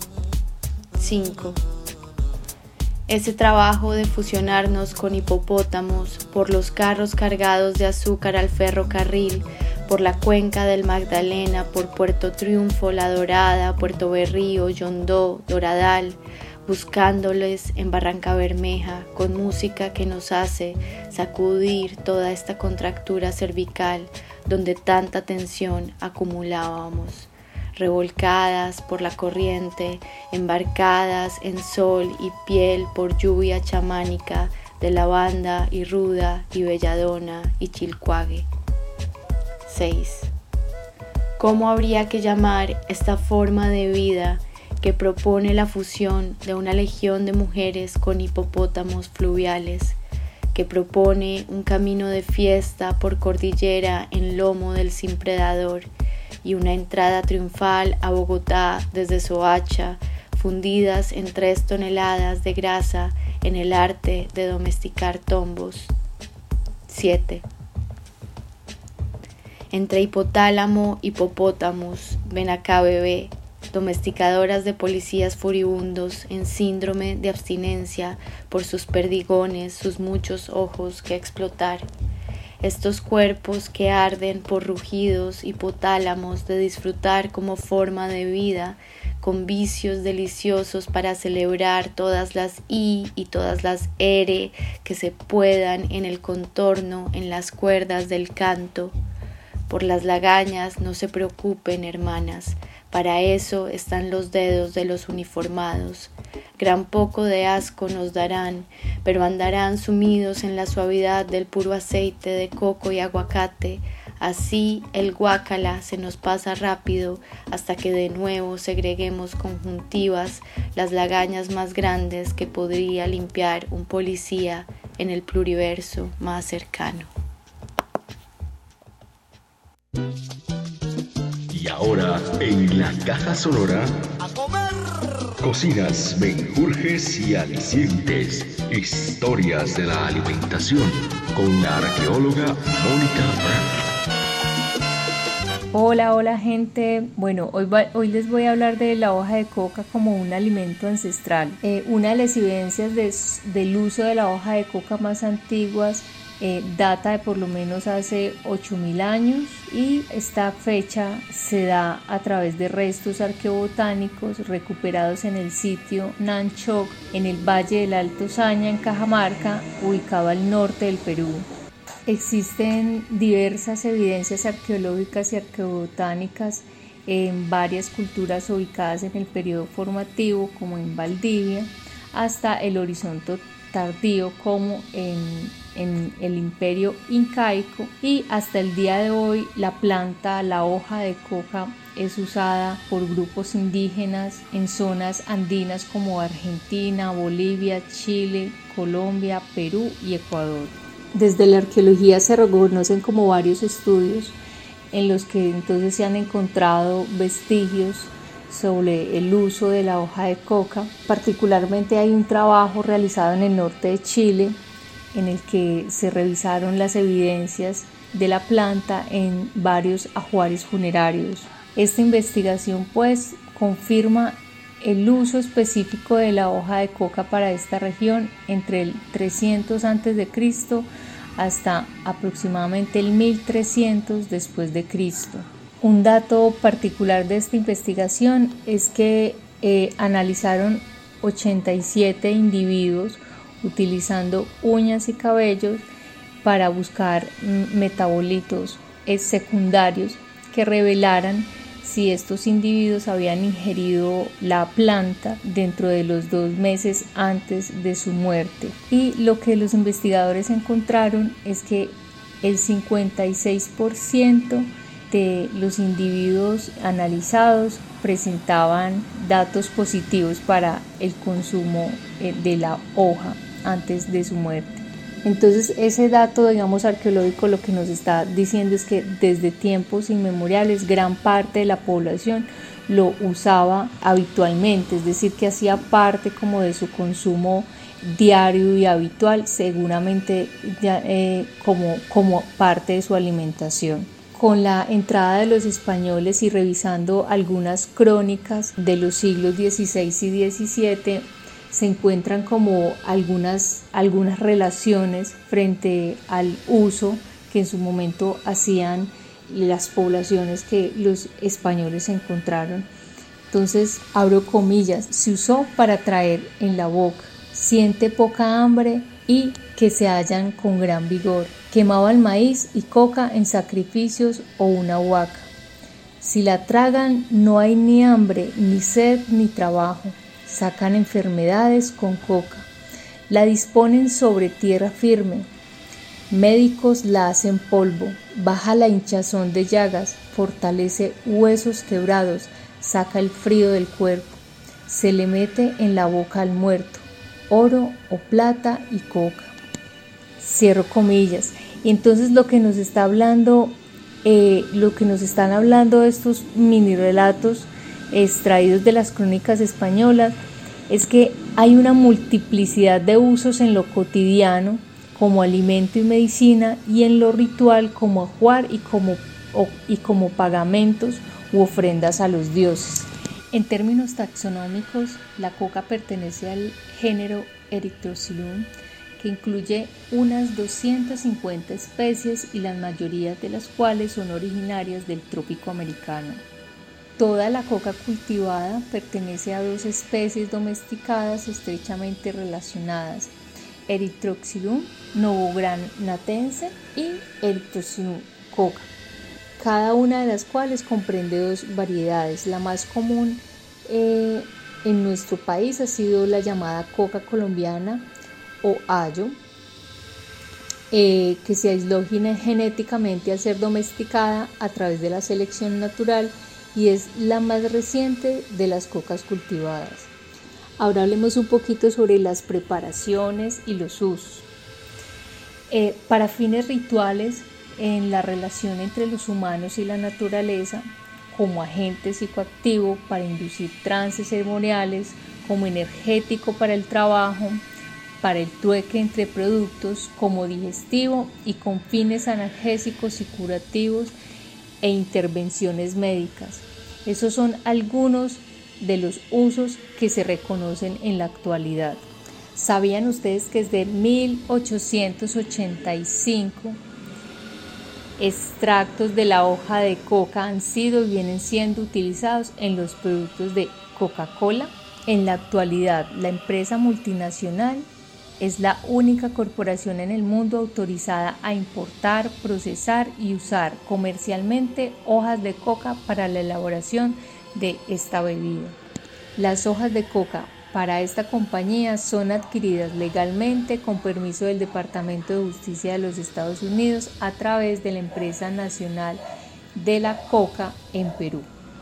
cinco. Ese trabajo de fusionarnos con hipopótamos por los carros cargados de azúcar al ferrocarril, por la cuenca del Magdalena, por Puerto Triunfo, La Dorada, Puerto Berrío, Yondó, Doradal, buscándoles en Barranca Bermeja con música que nos hace sacudir toda esta contractura cervical donde tanta tensión acumulábamos. revolcadas por la corriente, embarcadas en sol y piel por lluvia chamánica de lavanda y ruda y belladona y chilcuague. seis. ¿Cómo habría que llamar esta forma de vida que propone la fusión de una legión de mujeres con hipopótamos fluviales, que propone un camino de fiesta por cordillera en lomo del sin predador y una entrada triunfal a Bogotá desde Soacha, fundidas en tres toneladas de grasa en el arte de domesticar tombos? siete. Entre hipotálamo, hipopótamos, ven acá bebé, domesticadoras de policías furibundos en síndrome de abstinencia por sus perdigones, sus muchos ojos que explotar. Estos cuerpos que arden por rugidos hipotálamos de disfrutar como forma de vida, con vicios deliciosos para celebrar todas las I y todas las R que se puedan en el contorno, en las cuerdas del canto. Por las lagañas no se preocupen, hermanas, para eso están los dedos de los uniformados. Gran poco de asco nos darán, pero andarán sumidos en la suavidad del puro aceite de coco y aguacate. Así el guácala se nos pasa rápido hasta que de nuevo segreguemos conjuntivas las lagañas más grandes que podría limpiar un policía en el pluriverso más cercano. Y ahora en la caja sonora, cocinas, menjurjes y alicientes, historias de la alimentación con la arqueóloga Mónica Brandt. Hola, hola gente. Bueno, hoy, va, hoy les voy a hablar de la hoja de coca como un alimento ancestral. Eh, una de las evidencias de, del uso de la hoja de coca más antiguas Eh, data de por lo menos hace ocho mil años y esta fecha se da a través de restos arqueobotánicos recuperados en el sitio Nanchoc en el Valle del Alto Saña en Cajamarca, ubicado al norte del Perú. Existen diversas evidencias arqueológicas y arqueobotánicas en varias culturas ubicadas en el periodo formativo como en Valdivia hasta el horizonte tardío como en en el imperio incaico, y hasta el día de hoy la planta, la hoja de coca es usada por grupos indígenas en zonas andinas como Argentina, Bolivia, Chile, Colombia, Perú y Ecuador. Desde la arqueología se reconocen como varios estudios en los que entonces se han encontrado vestigios sobre el uso de la hoja de coca. Particularmente hay un trabajo realizado en el norte de Chile en el que se revisaron las evidencias de la planta en varios ajuares funerarios. Esta investigación pues confirma el uso específico de la hoja de coca para esta región entre el trescientos antes de Cristo hasta aproximadamente el mil trescientos después de Cristo. Un dato particular de esta investigación es que eh, analizaron ochenta y siete individuos utilizando uñas y cabellos para buscar metabolitos secundarios que revelaran si estos individuos habían ingerido la planta dentro de los dos meses antes de su muerte. Y lo que los investigadores encontraron es que el cincuenta y seis por ciento de los individuos analizados presentaban datos positivos para el consumo de la hoja antes de su muerte. Entonces ese dato, digamos, arqueológico lo que nos está diciendo es que desde tiempos inmemoriales gran parte de la población lo usaba habitualmente, es decir, que hacía parte como de su consumo diario y habitual, seguramente ya, eh, como, como parte de su alimentación. Con la entrada de los españoles y revisando algunas crónicas de los siglos dieciséis y diecisiete, se encuentran como algunas, algunas relaciones frente al uso que en su momento hacían las poblaciones que los españoles encontraron. Entonces, abro comillas, se usó para traer en la boca, siente poca hambre y que se hallan con gran vigor. Quemaban maíz y coca en sacrificios o una huaca. Si la tragan, no hay ni hambre, ni sed, ni trabajo. Sacan enfermedades con coca. La disponen sobre tierra firme. Médicos la hacen polvo. Baja la hinchazón de llagas. Fortalece huesos quebrados. Saca el frío del cuerpo. Se le mete en la boca al muerto. Oro o plata y coca. Cierro comillas. Y entonces lo que nos está hablando... Eh, lo que nos están hablando estos mini relatos extraídos de las crónicas españolas es que hay una multiplicidad de usos en lo cotidiano como alimento y medicina y en lo ritual como ajuar y como, o, y como pagamentos u ofrendas a los dioses. En términos taxonómicos, la coca pertenece al género Erythrocylum, que incluye unas doscientas cincuenta especies y la mayoría de las cuales son originarias del trópico americano. Toda la coca cultivada pertenece a dos especies domesticadas estrechamente relacionadas, Erythrocylum novogranatense y Erythrocylum coca, cada una de las cuales comprende dos variedades. La más común eh, en nuestro país ha sido la llamada coca colombiana o ayo, eh, que se aisló genéticamente al ser domesticada a través de la selección natural y es la más reciente de las cocas cultivadas. Ahora hablemos un poquito sobre las preparaciones y los usos. Eh, para fines rituales, en la relación entre los humanos y la naturaleza, como agente psicoactivo para inducir trances ceremoniales, como energético para el trabajo, para el trueque entre productos, como digestivo y con fines analgésicos y curativos e intervenciones médicas. Esos son algunos de los usos que se reconocen en la actualidad. ¿Sabían ustedes que desde mil ochocientos ochenta y cinco extractos de la hoja de coca han sido y vienen siendo utilizados en los productos de Coca-Cola? En la actualidad, la empresa multinacional es la única corporación en el mundo autorizada a importar, procesar y usar comercialmente hojas de coca para la elaboración de esta bebida. Las hojas de coca para esta compañía son adquiridas legalmente con permiso del Departamento de Justicia de los Estados Unidos a través de la Empresa Nacional de la Coca en Perú.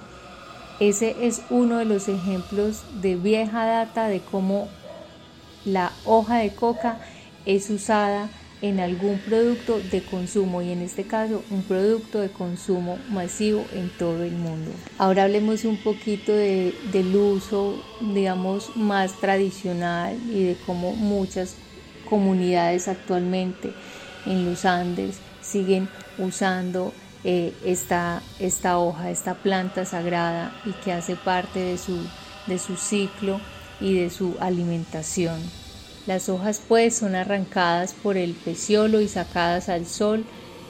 Ese es uno de los ejemplos de vieja data de cómo la hoja de coca es usada en algún producto de consumo y en este caso un producto de consumo masivo en todo el mundo. Ahora hablemos un poquito de, del uso, digamos, más tradicional y de cómo muchas comunidades actualmente en los Andes siguen usando eh, esta, esta hoja, esta planta sagrada y que hace parte de su, de su ciclo y de su alimentación. Las hojas pues son arrancadas por el peciolo y sacadas al sol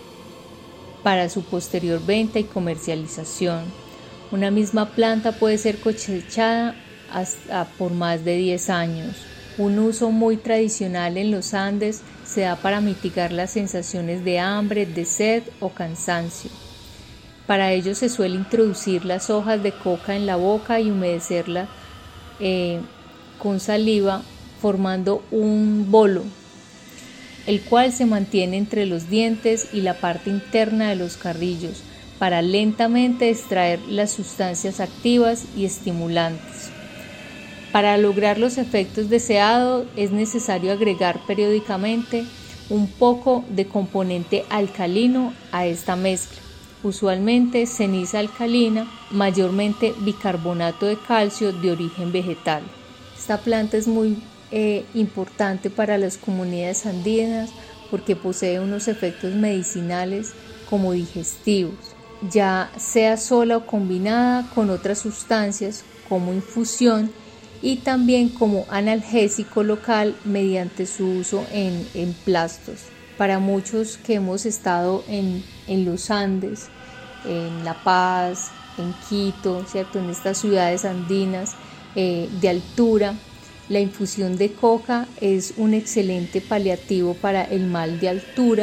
para su posterior venta y comercialización. Una misma planta puede ser cosechada hasta por más de diez años. Un uso muy tradicional en los Andes se da para mitigar las sensaciones de hambre, de sed o cansancio. Para ello se suele introducir las hojas de coca en la boca y humedecerla eh, con saliva formando un bolo, el cual se mantiene entre los dientes y la parte interna de los carrillos para lentamente extraer las sustancias activas y estimulantes. Para lograr los efectos deseados es necesario agregar periódicamente un poco de componente alcalino a esta mezcla, usualmente ceniza alcalina, mayormente bicarbonato de calcio de origen vegetal. Esta planta es muy eh, importante para las comunidades andinas porque posee unos efectos medicinales como digestivos, ya sea sola o combinada con otras sustancias como infusión y también como analgésico local mediante su uso en, en plastos. Para muchos que hemos estado en, en los Andes, en La Paz, en Quito, ¿cierto? En estas ciudades andinas eh, de altura, la infusión de coca es un excelente paliativo para el mal de altura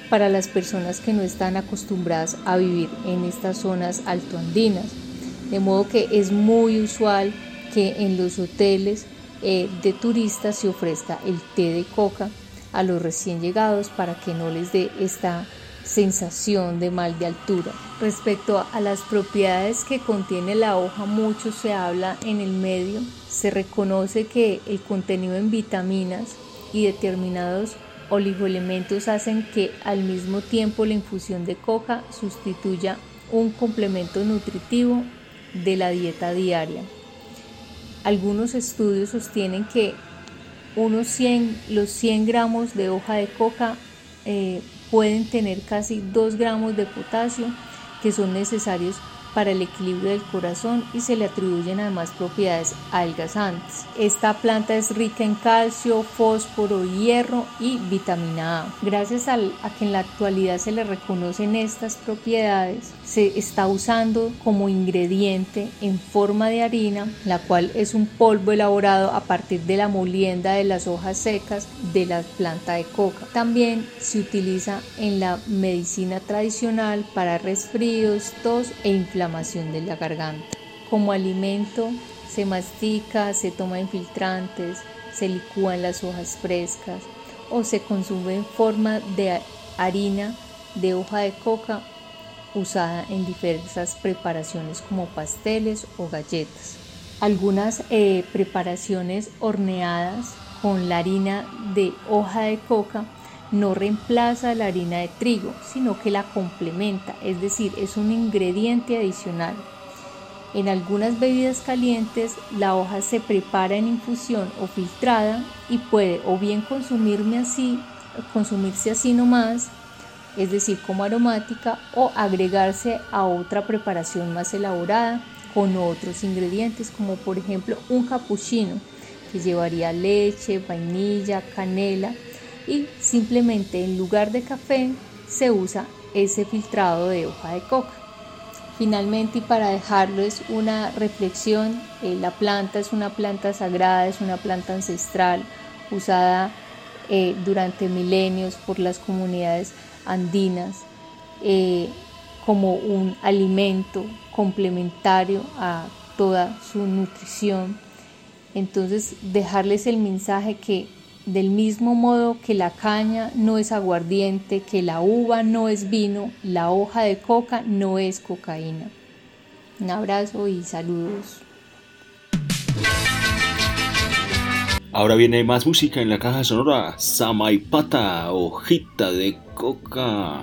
para las personas que no están acostumbradas a vivir en estas zonas altoandinas. De modo que es muy usual que en los hoteles eh, de turistas se ofrezca el té de coca a los recién llegados para que no les dé esta sensación de mal de altura. Respecto a las propiedades que contiene la hoja, mucho se habla en el medio. Se reconoce que el contenido en vitaminas y determinados oligoelementos hacen que al mismo tiempo la infusión de coca sustituya un complemento nutritivo de la dieta diaria. Algunos estudios sostienen que unos cien, los cien gramos de hoja de coca eh, pueden tener casi dos gramos de potasio, que son necesarios para el equilibrio del corazón, y se le atribuyen además propiedades adelgazantes. Esta planta es rica en calcio, fósforo, hierro y vitamina A. Gracias al, a que en la actualidad se le reconocen estas propiedades, se está usando como ingrediente en forma de harina, la cual es un polvo elaborado a partir de la molienda de las hojas secas de la planta de coca. También se utiliza en la medicina tradicional para resfríos, tos e inflamación de la garganta. Como alimento se mastica, se toma en filtrantes, se licúan las hojas frescas o se consume en forma de harina de hoja de coca usada en diversas preparaciones como pasteles o galletas. Algunas eh, preparaciones horneadas con la harina de hoja de coca no reemplaza la harina de trigo, sino que la complementa, es decir, es un ingrediente adicional. En algunas bebidas calientes, la hoja se prepara en infusión o filtrada y puede o bien consumirme así, consumirse así nomás, es decir, como aromática, o agregarse a otra preparación más elaborada con otros ingredientes, como por ejemplo un cappuccino, que llevaría leche, vainilla, canela, y simplemente en lugar de café se usa ese filtrado de hoja de coca. Finalmente, y para dejarles una reflexión, eh, la planta es una planta sagrada, es una planta ancestral usada eh, durante milenios por las comunidades andinas eh, como un alimento complementario a toda su nutrición. Entonces, dejarles el mensaje que del mismo modo que la caña no es aguardiente, que la uva no es vino, la hoja de coca no es cocaína. Un abrazo y saludos. Ahora viene más música en la caja sonora. Samaipata, hojita de coca.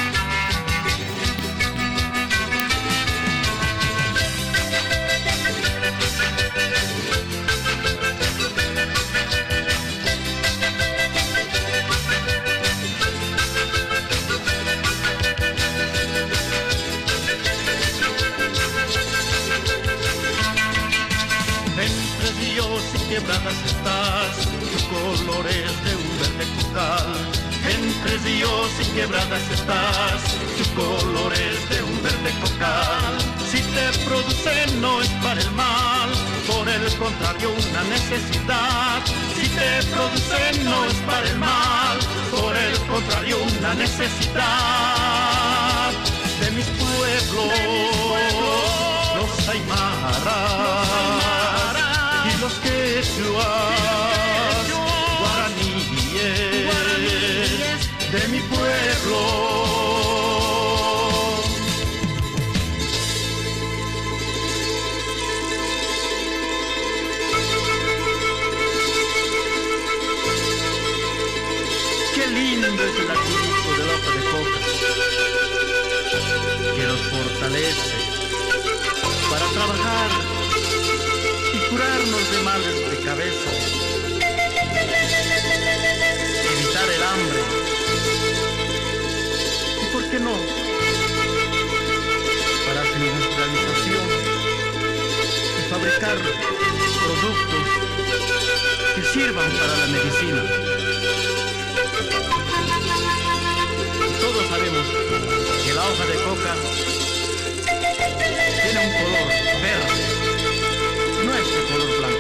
Quebradas estás, tu color es de un verde cocal. Entre ríos y quebradas estás, tu color es de un verde cocal. Si te produce no es para el mal, por el contrario una necesidad. Si te produce no es para el mal, por el contrario una necesidad. De mis pueblos, los aymaras, los quechuas, guaraníes, de mi pueblo. Qué lindo es el atributo de la hoja de coca, que nos fortalece para trabajar y curarnos de males de cabeza, evitar el hambre y, ¿por qué no?, para su industrialización y fabricar productos que sirvan para la medicina. Todos sabemos que la hoja de coca tiene un color verde, no es de color blanco.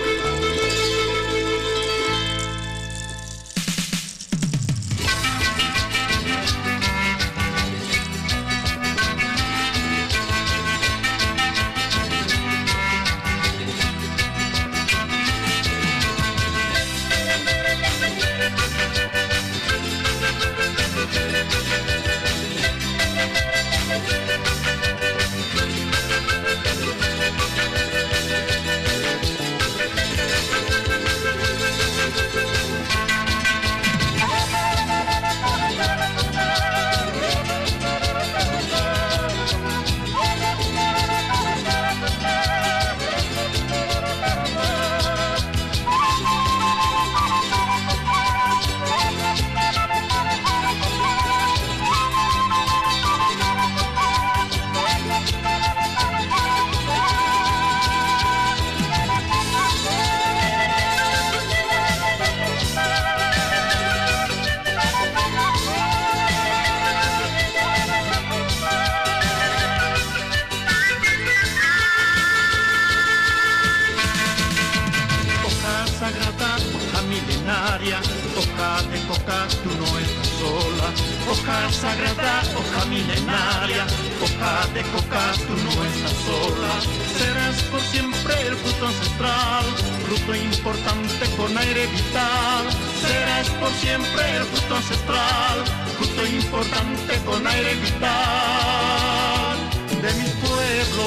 coca, tú no estás sola. Hoja sagrada, hoja milenaria, hoja de coca, tú no estás sola. Serás por siempre el fruto ancestral, fruto importante con aire vital. Serás por siempre el fruto ancestral, fruto importante con aire vital. De mi pueblo,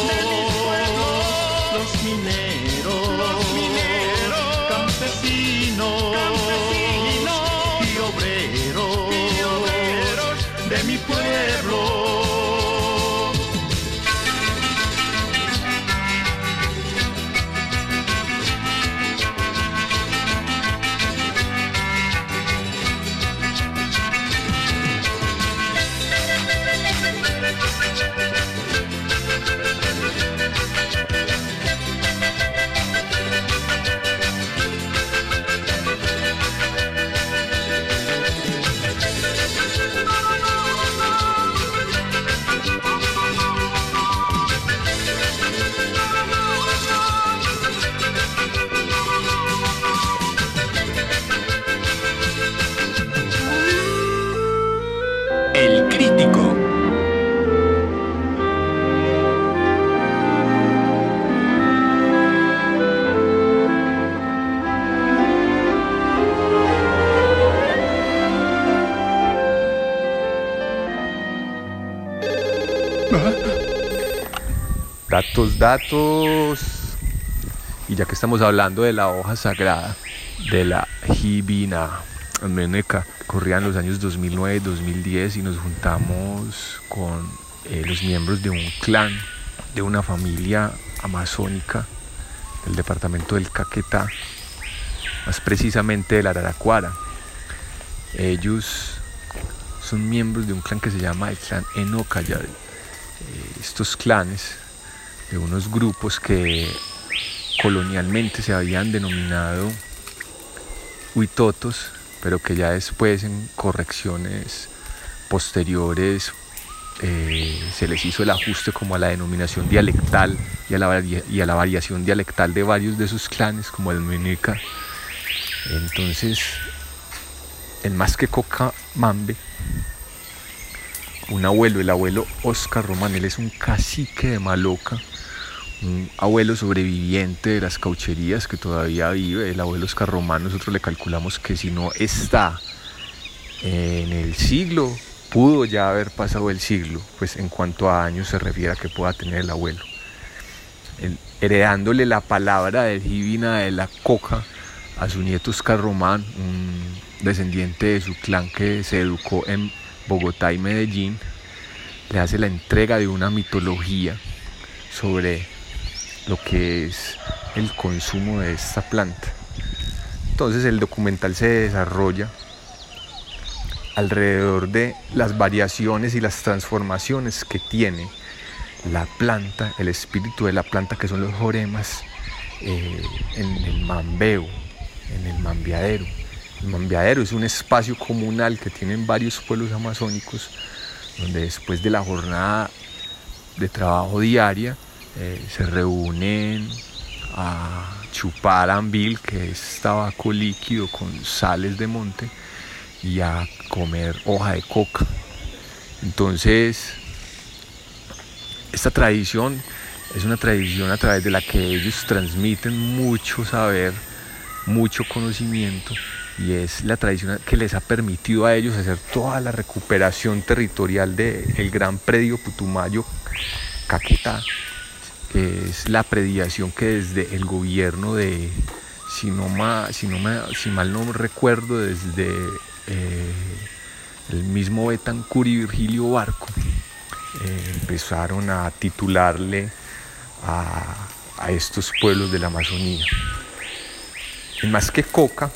los mineros, los mineros, campesinos, campesinos y obreros, y obreros de mi pueblo. El crítico. Datos, datos. Y ya que estamos hablando de la hoja sagrada, de la Hibina Meneca, corrían los años dos mil nueve y dos mil diez y nos juntamos con eh, los miembros de un clan, de una familia amazónica del departamento del Caquetá, más precisamente del Araraquara. Ellos son miembros de un clan que se llama el clan Enocayal. Eh, estos clanes de unos grupos que colonialmente se habían denominado huitotos, pero que ya después en correcciones posteriores eh, se les hizo el ajuste como a la denominación dialectal y a la, y a la variación dialectal de varios de sus clanes, como el Meneca. Entonces, el más que Coca Mambe, un abuelo, el abuelo Oscar Román, él es un cacique de Maloca, un abuelo sobreviviente de las caucherías que todavía vive. El abuelo Oscar Román, nosotros le calculamos que si no está en el siglo, pudo ya haber pasado el siglo, pues en cuanto a años se refiere a que pueda tener el abuelo. El, heredándole la palabra del Hibina de la coca a su nieto Oscar Román, un descendiente de su clan que se educó en Bogotá y Medellín, le hace la entrega de una mitología sobre lo que es el consumo de esta planta. Entonces el documental se desarrolla alrededor de las variaciones y las transformaciones que tiene la planta, el espíritu de la planta, que son los joremas, eh, en el mambeo, en el mambeadero. El mambeadero es un espacio comunal que tienen varios pueblos amazónicos, donde después de la jornada de trabajo diaria eh, se reúnen a chupar ambil, que es tabaco líquido con sales de monte, y a comer hoja de coca. Entonces, esta tradición es una tradición a través de la que ellos transmiten mucho saber, mucho conocimiento, y es la tradición que les ha permitido a ellos hacer toda la recuperación territorial del gran predio Putumayo Caquetá, que es la prediación que desde el gobierno de, si, no ma, si, no ma, si mal no recuerdo, desde eh, el mismo Betancur y Virgilio Barco, eh, empezaron a titularle a, a estos pueblos de la Amazonía. Y más que coca,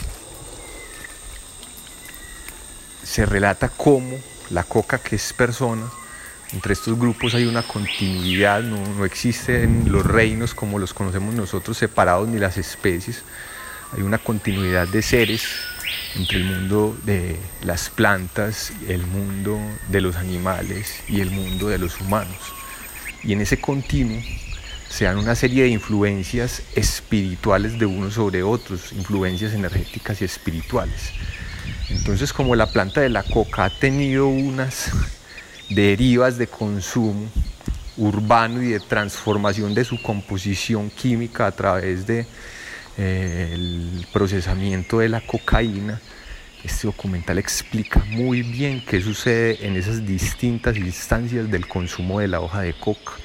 se relata cómo la coca, que es persona, entre estos grupos hay una continuidad, no, no existen los reinos como los conocemos nosotros separados, ni las especies. Hay una continuidad de seres entre el mundo de las plantas, el mundo de los animales y el mundo de los humanos. Y en ese continuo se dan una serie de influencias espirituales de unos sobre otros, influencias energéticas y espirituales. Entonces, como la planta de la coca ha tenido unas derivas de consumo urbano y de transformación de su composición química a través de eh, el procesamiento de la cocaína, este documental explica muy bien qué sucede en esas distintas instancias del consumo de la hoja de coca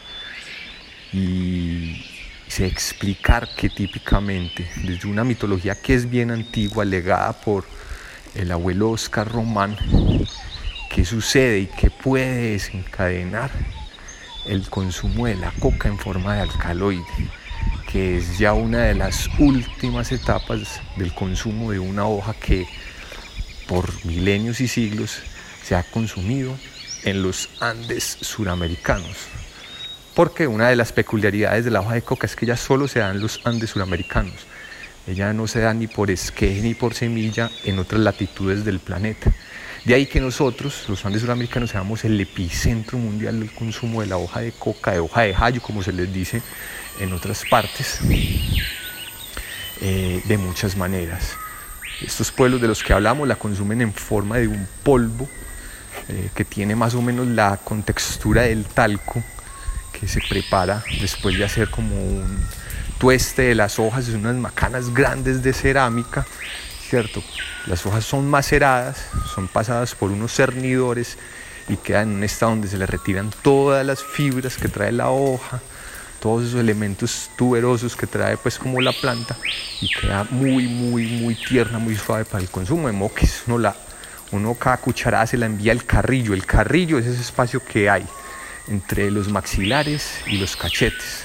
y se explicar que típicamente desde una mitología que es bien antigua, legada por el abuelo Oscar Román, qué sucede y qué puede desencadenar el consumo de la coca en forma de alcaloide, que es ya una de las últimas etapas del consumo de una hoja que por milenios y siglos se ha consumido en los Andes suramericanos. Porque una de las peculiaridades de la hoja de coca es que ella solo se da en los Andes suramericanos. Ella no se da ni por esqueje ni por semilla en otras latitudes del planeta. De ahí que nosotros, los Andes suramericanos, seamos el epicentro mundial del consumo de la hoja de coca, de hoja de jayo, como se les dice en otras partes, eh, de muchas maneras. Estos pueblos de los que hablamos la consumen en forma de un polvo eh, que tiene más o menos la contextura del talco, que se prepara después de hacer como un tueste de las hojas, son unas macanas grandes de cerámica, ¿cierto? Las hojas son maceradas, son pasadas por unos cernidores y quedan en un estado donde se les retiran todas las fibras que trae la hoja, todos esos elementos tuberosos que trae pues como la planta, y queda muy muy muy tierna, muy suave para el consumo, de modo que uno, la, uno cada cucharada se la envía al carrillo. El carrillo es ese espacio que hay entre los maxilares y los cachetes.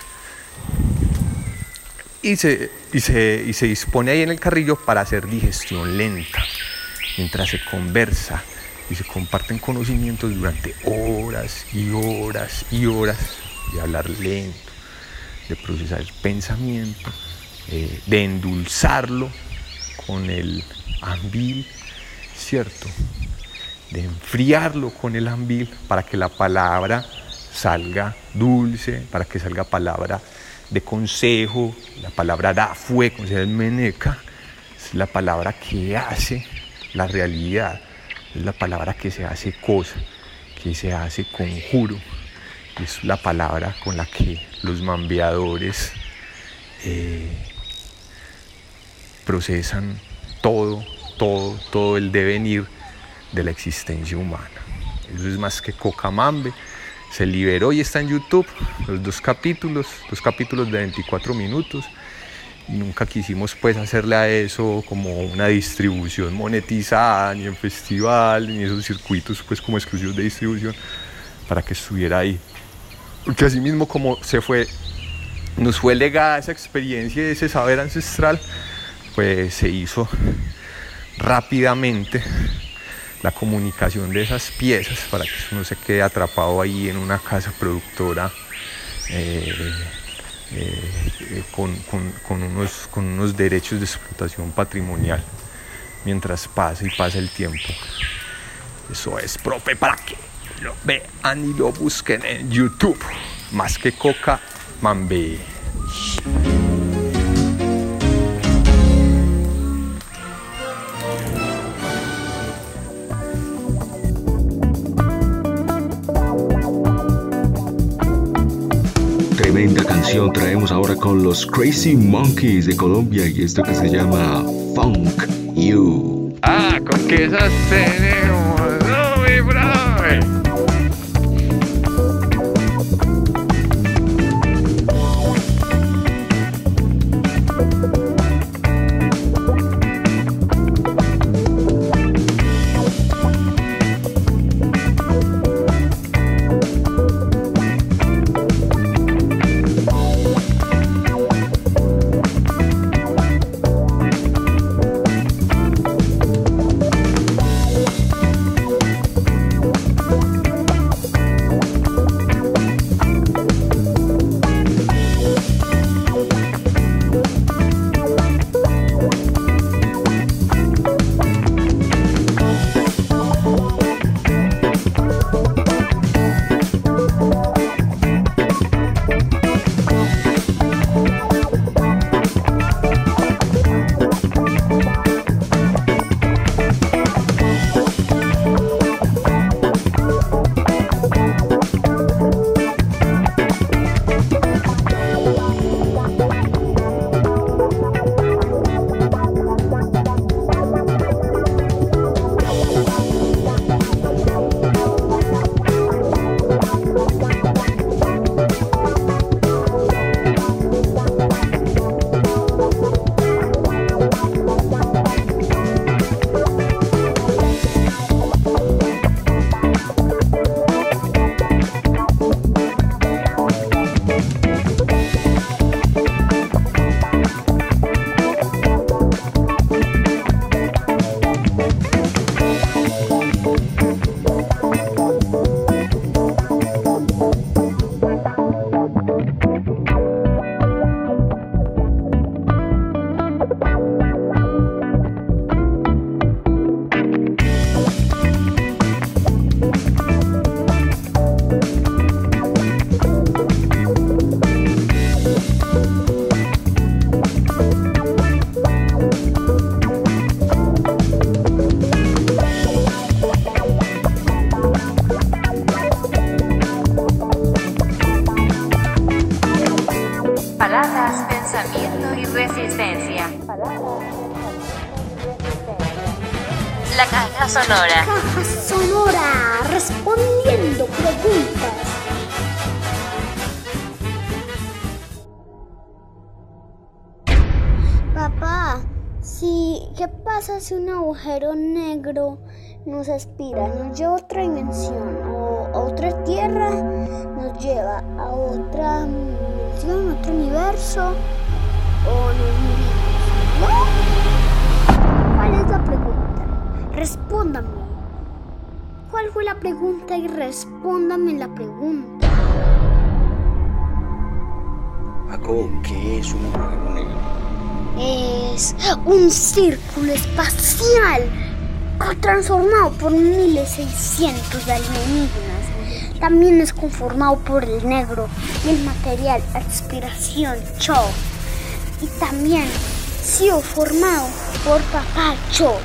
Y se, y, se, y se dispone ahí en el carrillo para hacer digestión lenta, mientras se conversa y se comparten conocimientos durante horas y horas y horas, de hablar lento, de procesar el pensamiento, eh, de endulzarlo con el ambil, ¿cierto? De enfriarlo con el ambil para que la palabra salga dulce, para que salga palabra de consejo. La palabra da fue, como se llama meneca, es la palabra que hace la realidad, es la palabra que se hace cosa, que se hace conjuro, es la palabra con la que los mambeadores eh, procesan todo, todo, todo el devenir de la existencia humana. Eso es más que coca-mambe. Se liberó y está en YouTube los dos capítulos, dos capítulos de veinticuatro minutos. Y nunca quisimos pues hacerle a eso como una distribución monetizada, ni en festival, ni esos circuitos pues como exclusivos de distribución, para que estuviera ahí. Porque así mismo como se fue, nos fue legada esa experiencia, ese saber ancestral, pues se hizo rápidamente la comunicación de esas piezas para que uno no se quede atrapado ahí en una casa productora eh, eh, eh, con, con, con, unos, con unos derechos de explotación patrimonial mientras pasa y pasa el tiempo. Eso es, profe, para que lo vean y lo busquen en YouTube. Más que coca, mambe. Tremenda canción traemos ahora con los Crazy Monkeys de Colombia y esto que se llama Funk You. Ah, con que esas tenemos, no, mi brother. pensamiento y resistencia. La caja sonora. Caja sonora, respondiendo preguntas. Papá, si, ¿qué pasa si un agujero negro nos aspira, nos lleva a otra dimensión o a otra tierra, nos lleva a otra dimensión, otro universo o nos morimos? ¿No? ¿Cuál es la pregunta? Respóndame. ¿Cuál fue la pregunta? Y respóndame la pregunta. Jacob, ¿qué es un agujero negro? Es un círculo espacial transformado por mil seiscientos de alienígenas. También es conformado por el negro y el material aspiración Cho. Y también ha sido formado por papachos.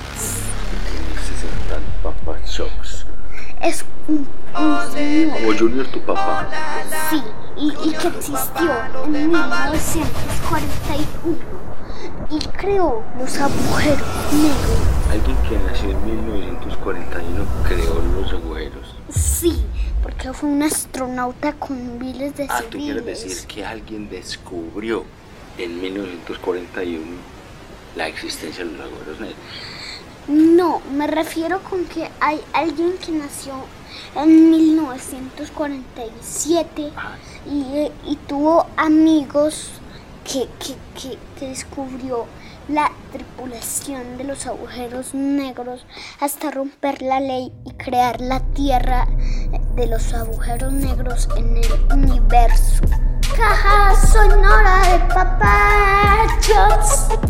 Papachos. Es un, un señor. Como Junior, tu papá. Sí, y, y que existió en mil novecientos cuarenta y uno. Y creó los agujeros negros. Alguien que nació en mil novecientos cuarenta y uno creó los agujeros. Sí, porque fue un astronauta con miles de Ah, civiles. tú quieres decir que alguien descubrió en mil novecientos cuarenta y uno la existencia de los agujeros negros. No, me refiero con que hay alguien que nació en mil novecientos cuarenta y siete Ah. y, y tuvo amigos que, que, que, que descubrió la tripulación de los agujeros negros hasta romper la ley y crear la tierra de los agujeros negros en el universo. Caja sonora de papachos.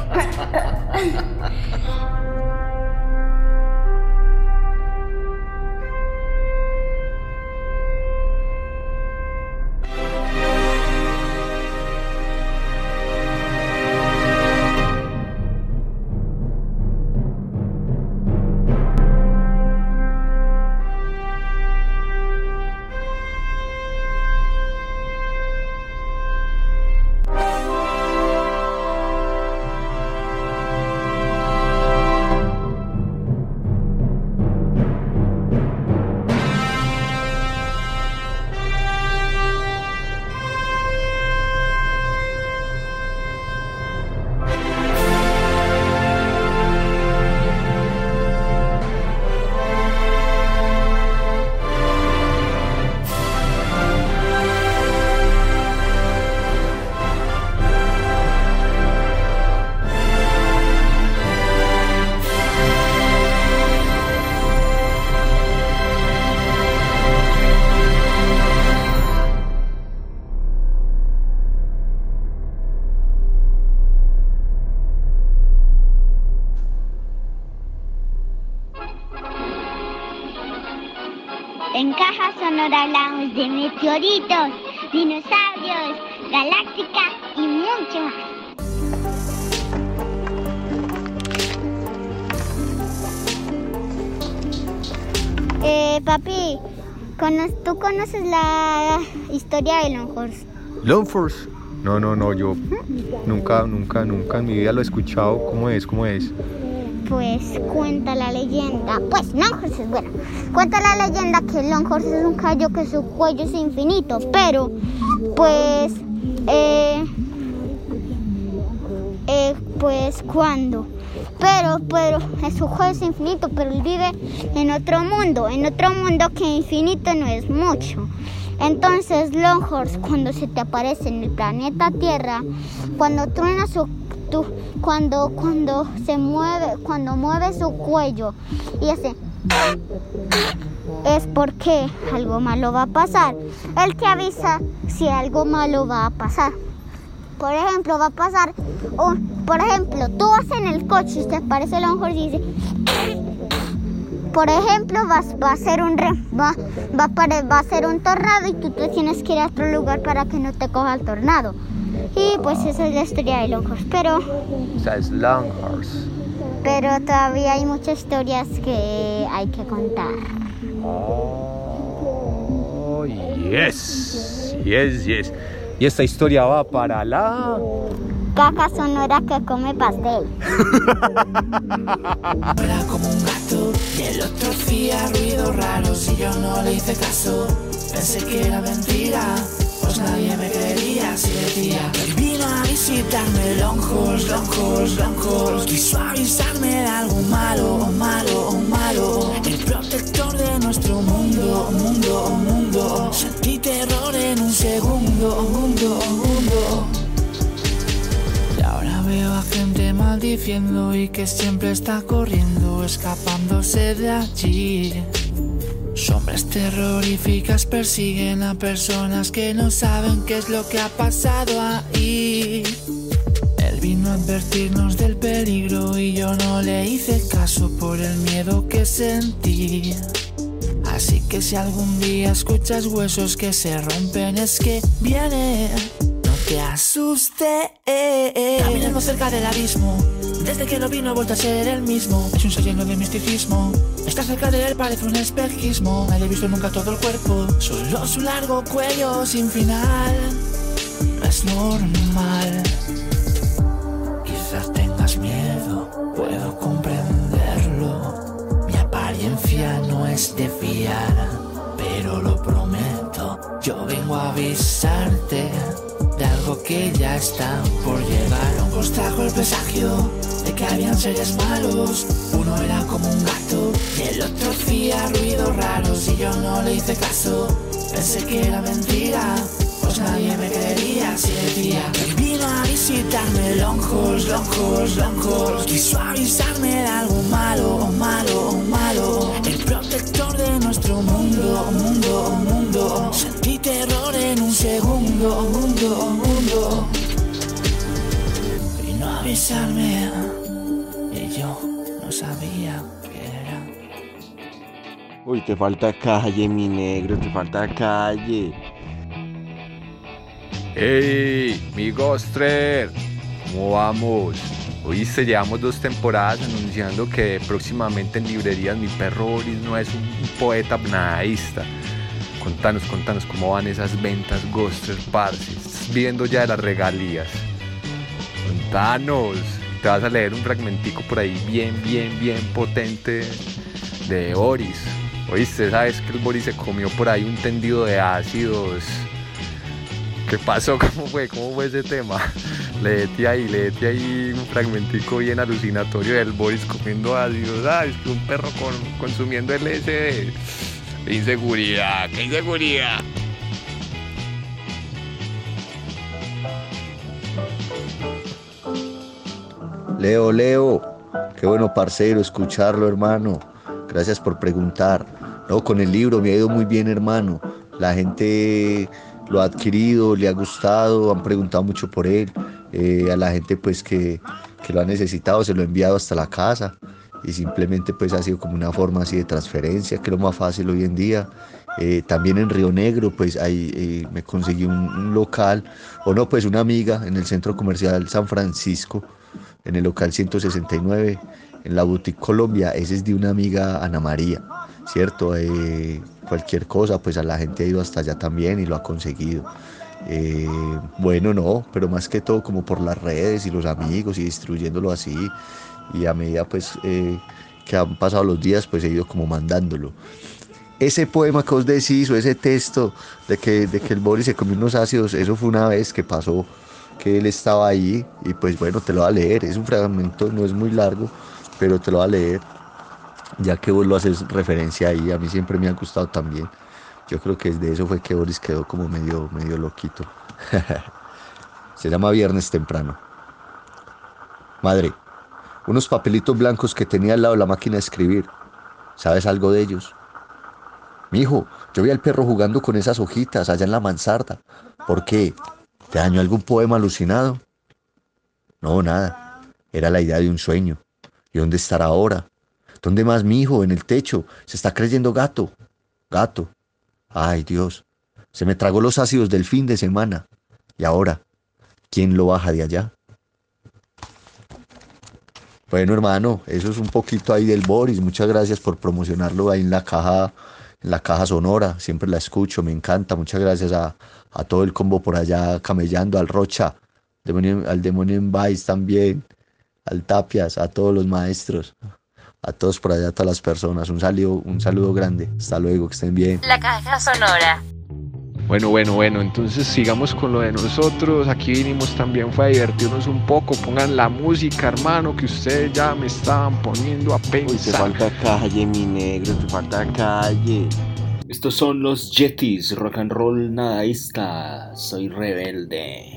En Caja Sonora hablamos de meteoritos, dinosaurios, galáctica y mucho más. Eh, papi, ¿tú conoces la historia de Longhorse? ¿Longhorse? No, no, no, yo nunca, nunca, nunca en mi vida lo he escuchado. ¿Cómo es? ¿Cómo es? Pues cuenta la leyenda, pues Longhorse es bueno, cuenta la leyenda que Longhorse es un caballo que su cuello es infinito, pero pues, eh, eh, pues cuando, pero, pero, su cuello es infinito, pero él vive en otro mundo, en otro mundo que infinito no es mucho. Entonces Longhorse, cuando se te aparece en el planeta Tierra, cuando truena su Tú, cuando, cuando se mueve, cuando mueve su cuello y hace, es porque algo malo va a pasar. Él te avisa si algo malo va a pasar. Por ejemplo, va a pasar, oh, por ejemplo, tú vas en el coche y te aparece Longhorse y dice, por ejemplo, va, va a ser un re, va, va, a pare, va a ser un tornado y tú te tienes que ir a otro lugar para que no te coja el tornado. Y pues esa es la historia de Longhorse, pero... O sea, es Longhorse. Pero todavía hay muchas historias que hay que contar. Oh, yes, yes, yes. Y esta historia va para la... Caja sonora que come pastel. Era como un gato y el otro hacía ruidos raros y yo no le hice caso. Pensé que era mentira, pues nadie me creería si decía que vino a visitarme lonjos, lonjos, lonjos. Quiso avisarme de algo malo, malo, malo. El protector de nuestro mundo, mundo, mundo. Sentí terror en un segundo, mundo, mundo. Y ahora veo a gente maldiciendo y que siempre está corriendo, escapándose de allí. Sombras terroríficas persiguen a personas que no saben qué es lo que ha pasado ahí. Él vino a advertirnos del peligro y yo no le hice caso por el miedo que sentí. Así que si algún día escuchas huesos que se rompen es que viene. No te asustes. Caminando cerca del abismo, desde que lo vino ha vuelto a ser el mismo. Es un ser lleno de misticismo. Estar cerca de él parece un espejismo. Nadie ha visto nunca todo el cuerpo, solo su largo cuello sin final. No es normal. Quizás tengas miedo, puedo comprenderlo. Mi apariencia no es de fiar, pero lo prometo, yo vengo a avisarte de algo que ya está por llegar. Os trajo el presagio de que habían seres malos. Uno era como un gato y el otro hacía ruidos raros y yo no le hice caso. Pensé que era mentira, pues nadie me creería si decía que vino a visitarme lonjos, lonjos, lonjos. Quiso avisarme de algo malo, malo, malo. El protector de nuestro mundo, mundo, mundo. Sentí terror en un segundo, mundo, mundo. Vino a avisarme y yo no sabía qué era. Uy, te falta calle, mi negro, te falta calle. ¡Hey, mi Gostrer! ¿Cómo vamos? Oíste, llevamos dos temporadas anunciando que próximamente en librerías mi perro Boris no es un poeta nadaísta. Contanos, contanos cómo van esas ventas, Gostrer, parce. Estás viendo ya de las regalías. Contanos. Te vas a leer un fragmentico por ahí bien, bien, bien potente de Boris. Oíste, ¿sabes que el Boris se comió por ahí un tendido de ácidos? ¿Qué pasó? ¿Cómo fue? ¿Cómo fue ese tema? Léete ahí, léete ahí un fragmentico bien alucinatorio del Boris comiendo ácidos. ¿Sabes? Que un perro con, consumiendo L S D. ¡Qué inseguridad! ¡Qué inseguridad! Leo, Leo, qué bueno parcero escucharlo, hermano. Gracias por preguntar. No, con el libro me ha ido muy bien, hermano. La gente lo ha adquirido, le ha gustado, han preguntado mucho por él. Eh, a la gente pues que, que lo ha necesitado se lo he enviado hasta la casa y simplemente pues ha sido como una forma así de transferencia, que es lo más fácil hoy en día. Eh, también en Río Negro pues ahí eh, me conseguí un, un local, o no, pues una amiga en el Centro Comercial San Francisco, en el local ciento sesenta y nueve, en la Boutique Colombia. Ese es de una amiga, Ana María, ¿cierto? Eh, cualquier cosa, pues a la gente ha ido hasta allá también y lo ha conseguido. Eh, bueno, no, pero más que todo como por las redes y los amigos y distribuyéndolo así. Y a medida pues eh, que han pasado los días, pues he ido como mandándolo. Ese poema que os decís, o ese texto de que, de que el Boris se comió unos ácidos, eso fue una vez que pasó, que él estaba ahí, y pues bueno, te lo voy a leer. Es un fragmento, no es muy largo, pero te lo voy a leer, ya que vos lo haces referencia ahí. A mí siempre me ha gustado también. Yo creo que desde eso fue que Boris quedó como medio, medio loquito. Se llama Viernes Temprano. Madre, unos papelitos blancos que tenía al lado de la máquina de escribir. ¿Sabes algo de ellos? Mijo, yo vi al perro jugando con esas hojitas allá en la mansarda. ¿Por qué? ¿Te dañó algún poema alucinado? No, nada. Era la idea de un sueño. ¿Y dónde estará ahora? ¿Dónde más, mijo? En el techo. Se está creyendo gato. Gato. Ay, Dios. Se me tragó los ácidos del fin de semana. ¿Y ahora? ¿Quién lo baja de allá? Bueno, hermano, eso es un poquito ahí del Boris. Muchas gracias por promocionarlo ahí en la caja en la caja sonora, siempre la escucho, me encanta. Muchas gracias a, a todo el combo por allá camellando, al Rocha, demonio, al Demonio en Vice también, al Tapias, a todos los maestros, a todos por allá, a todas las personas. Un saludo, un saludo grande. Hasta luego, que estén bien. La caja sonora. Bueno, bueno, bueno, entonces sigamos con lo de nosotros. Aquí vinimos también fue a divertirnos un poco. Pongan la música, hermano, que ustedes ya me estaban poniendo a pensar. Uy, te falta calle, mi negro, te falta calle. Estos son los Yetis, rock and roll nadaísta. Soy rebelde.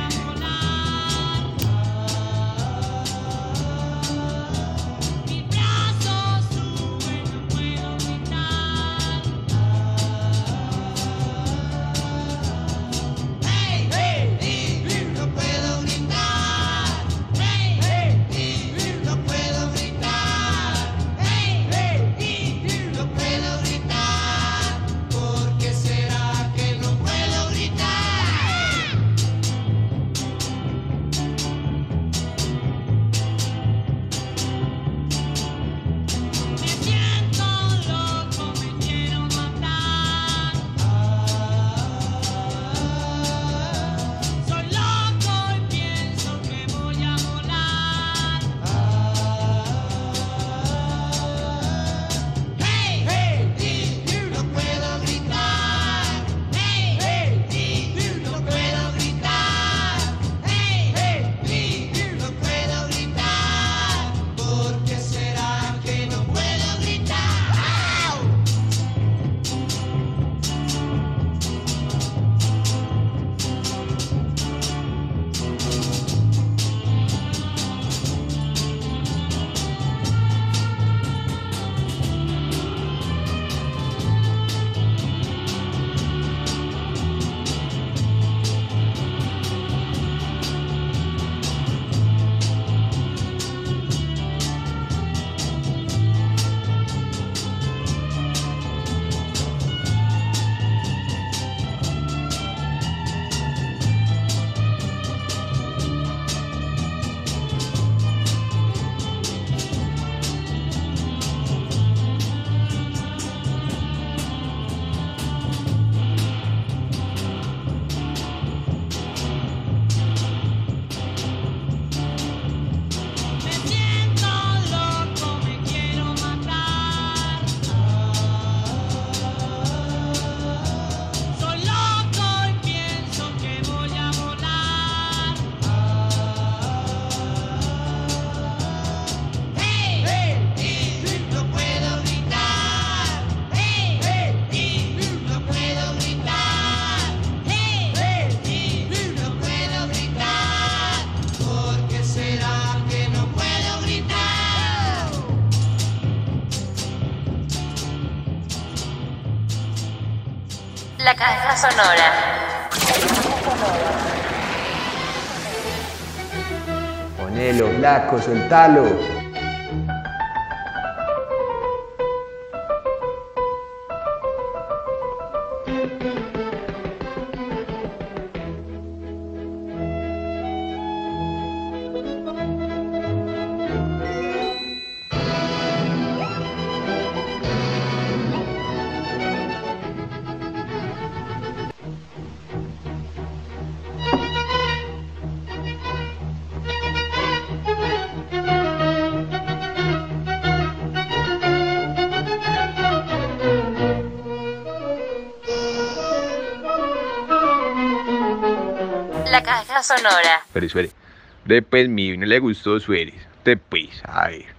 La caja sonora. Ponelo, flaco, soltalo. La caja sonora. Pero espere, después mío no le gustó Suárez. Después, a ver.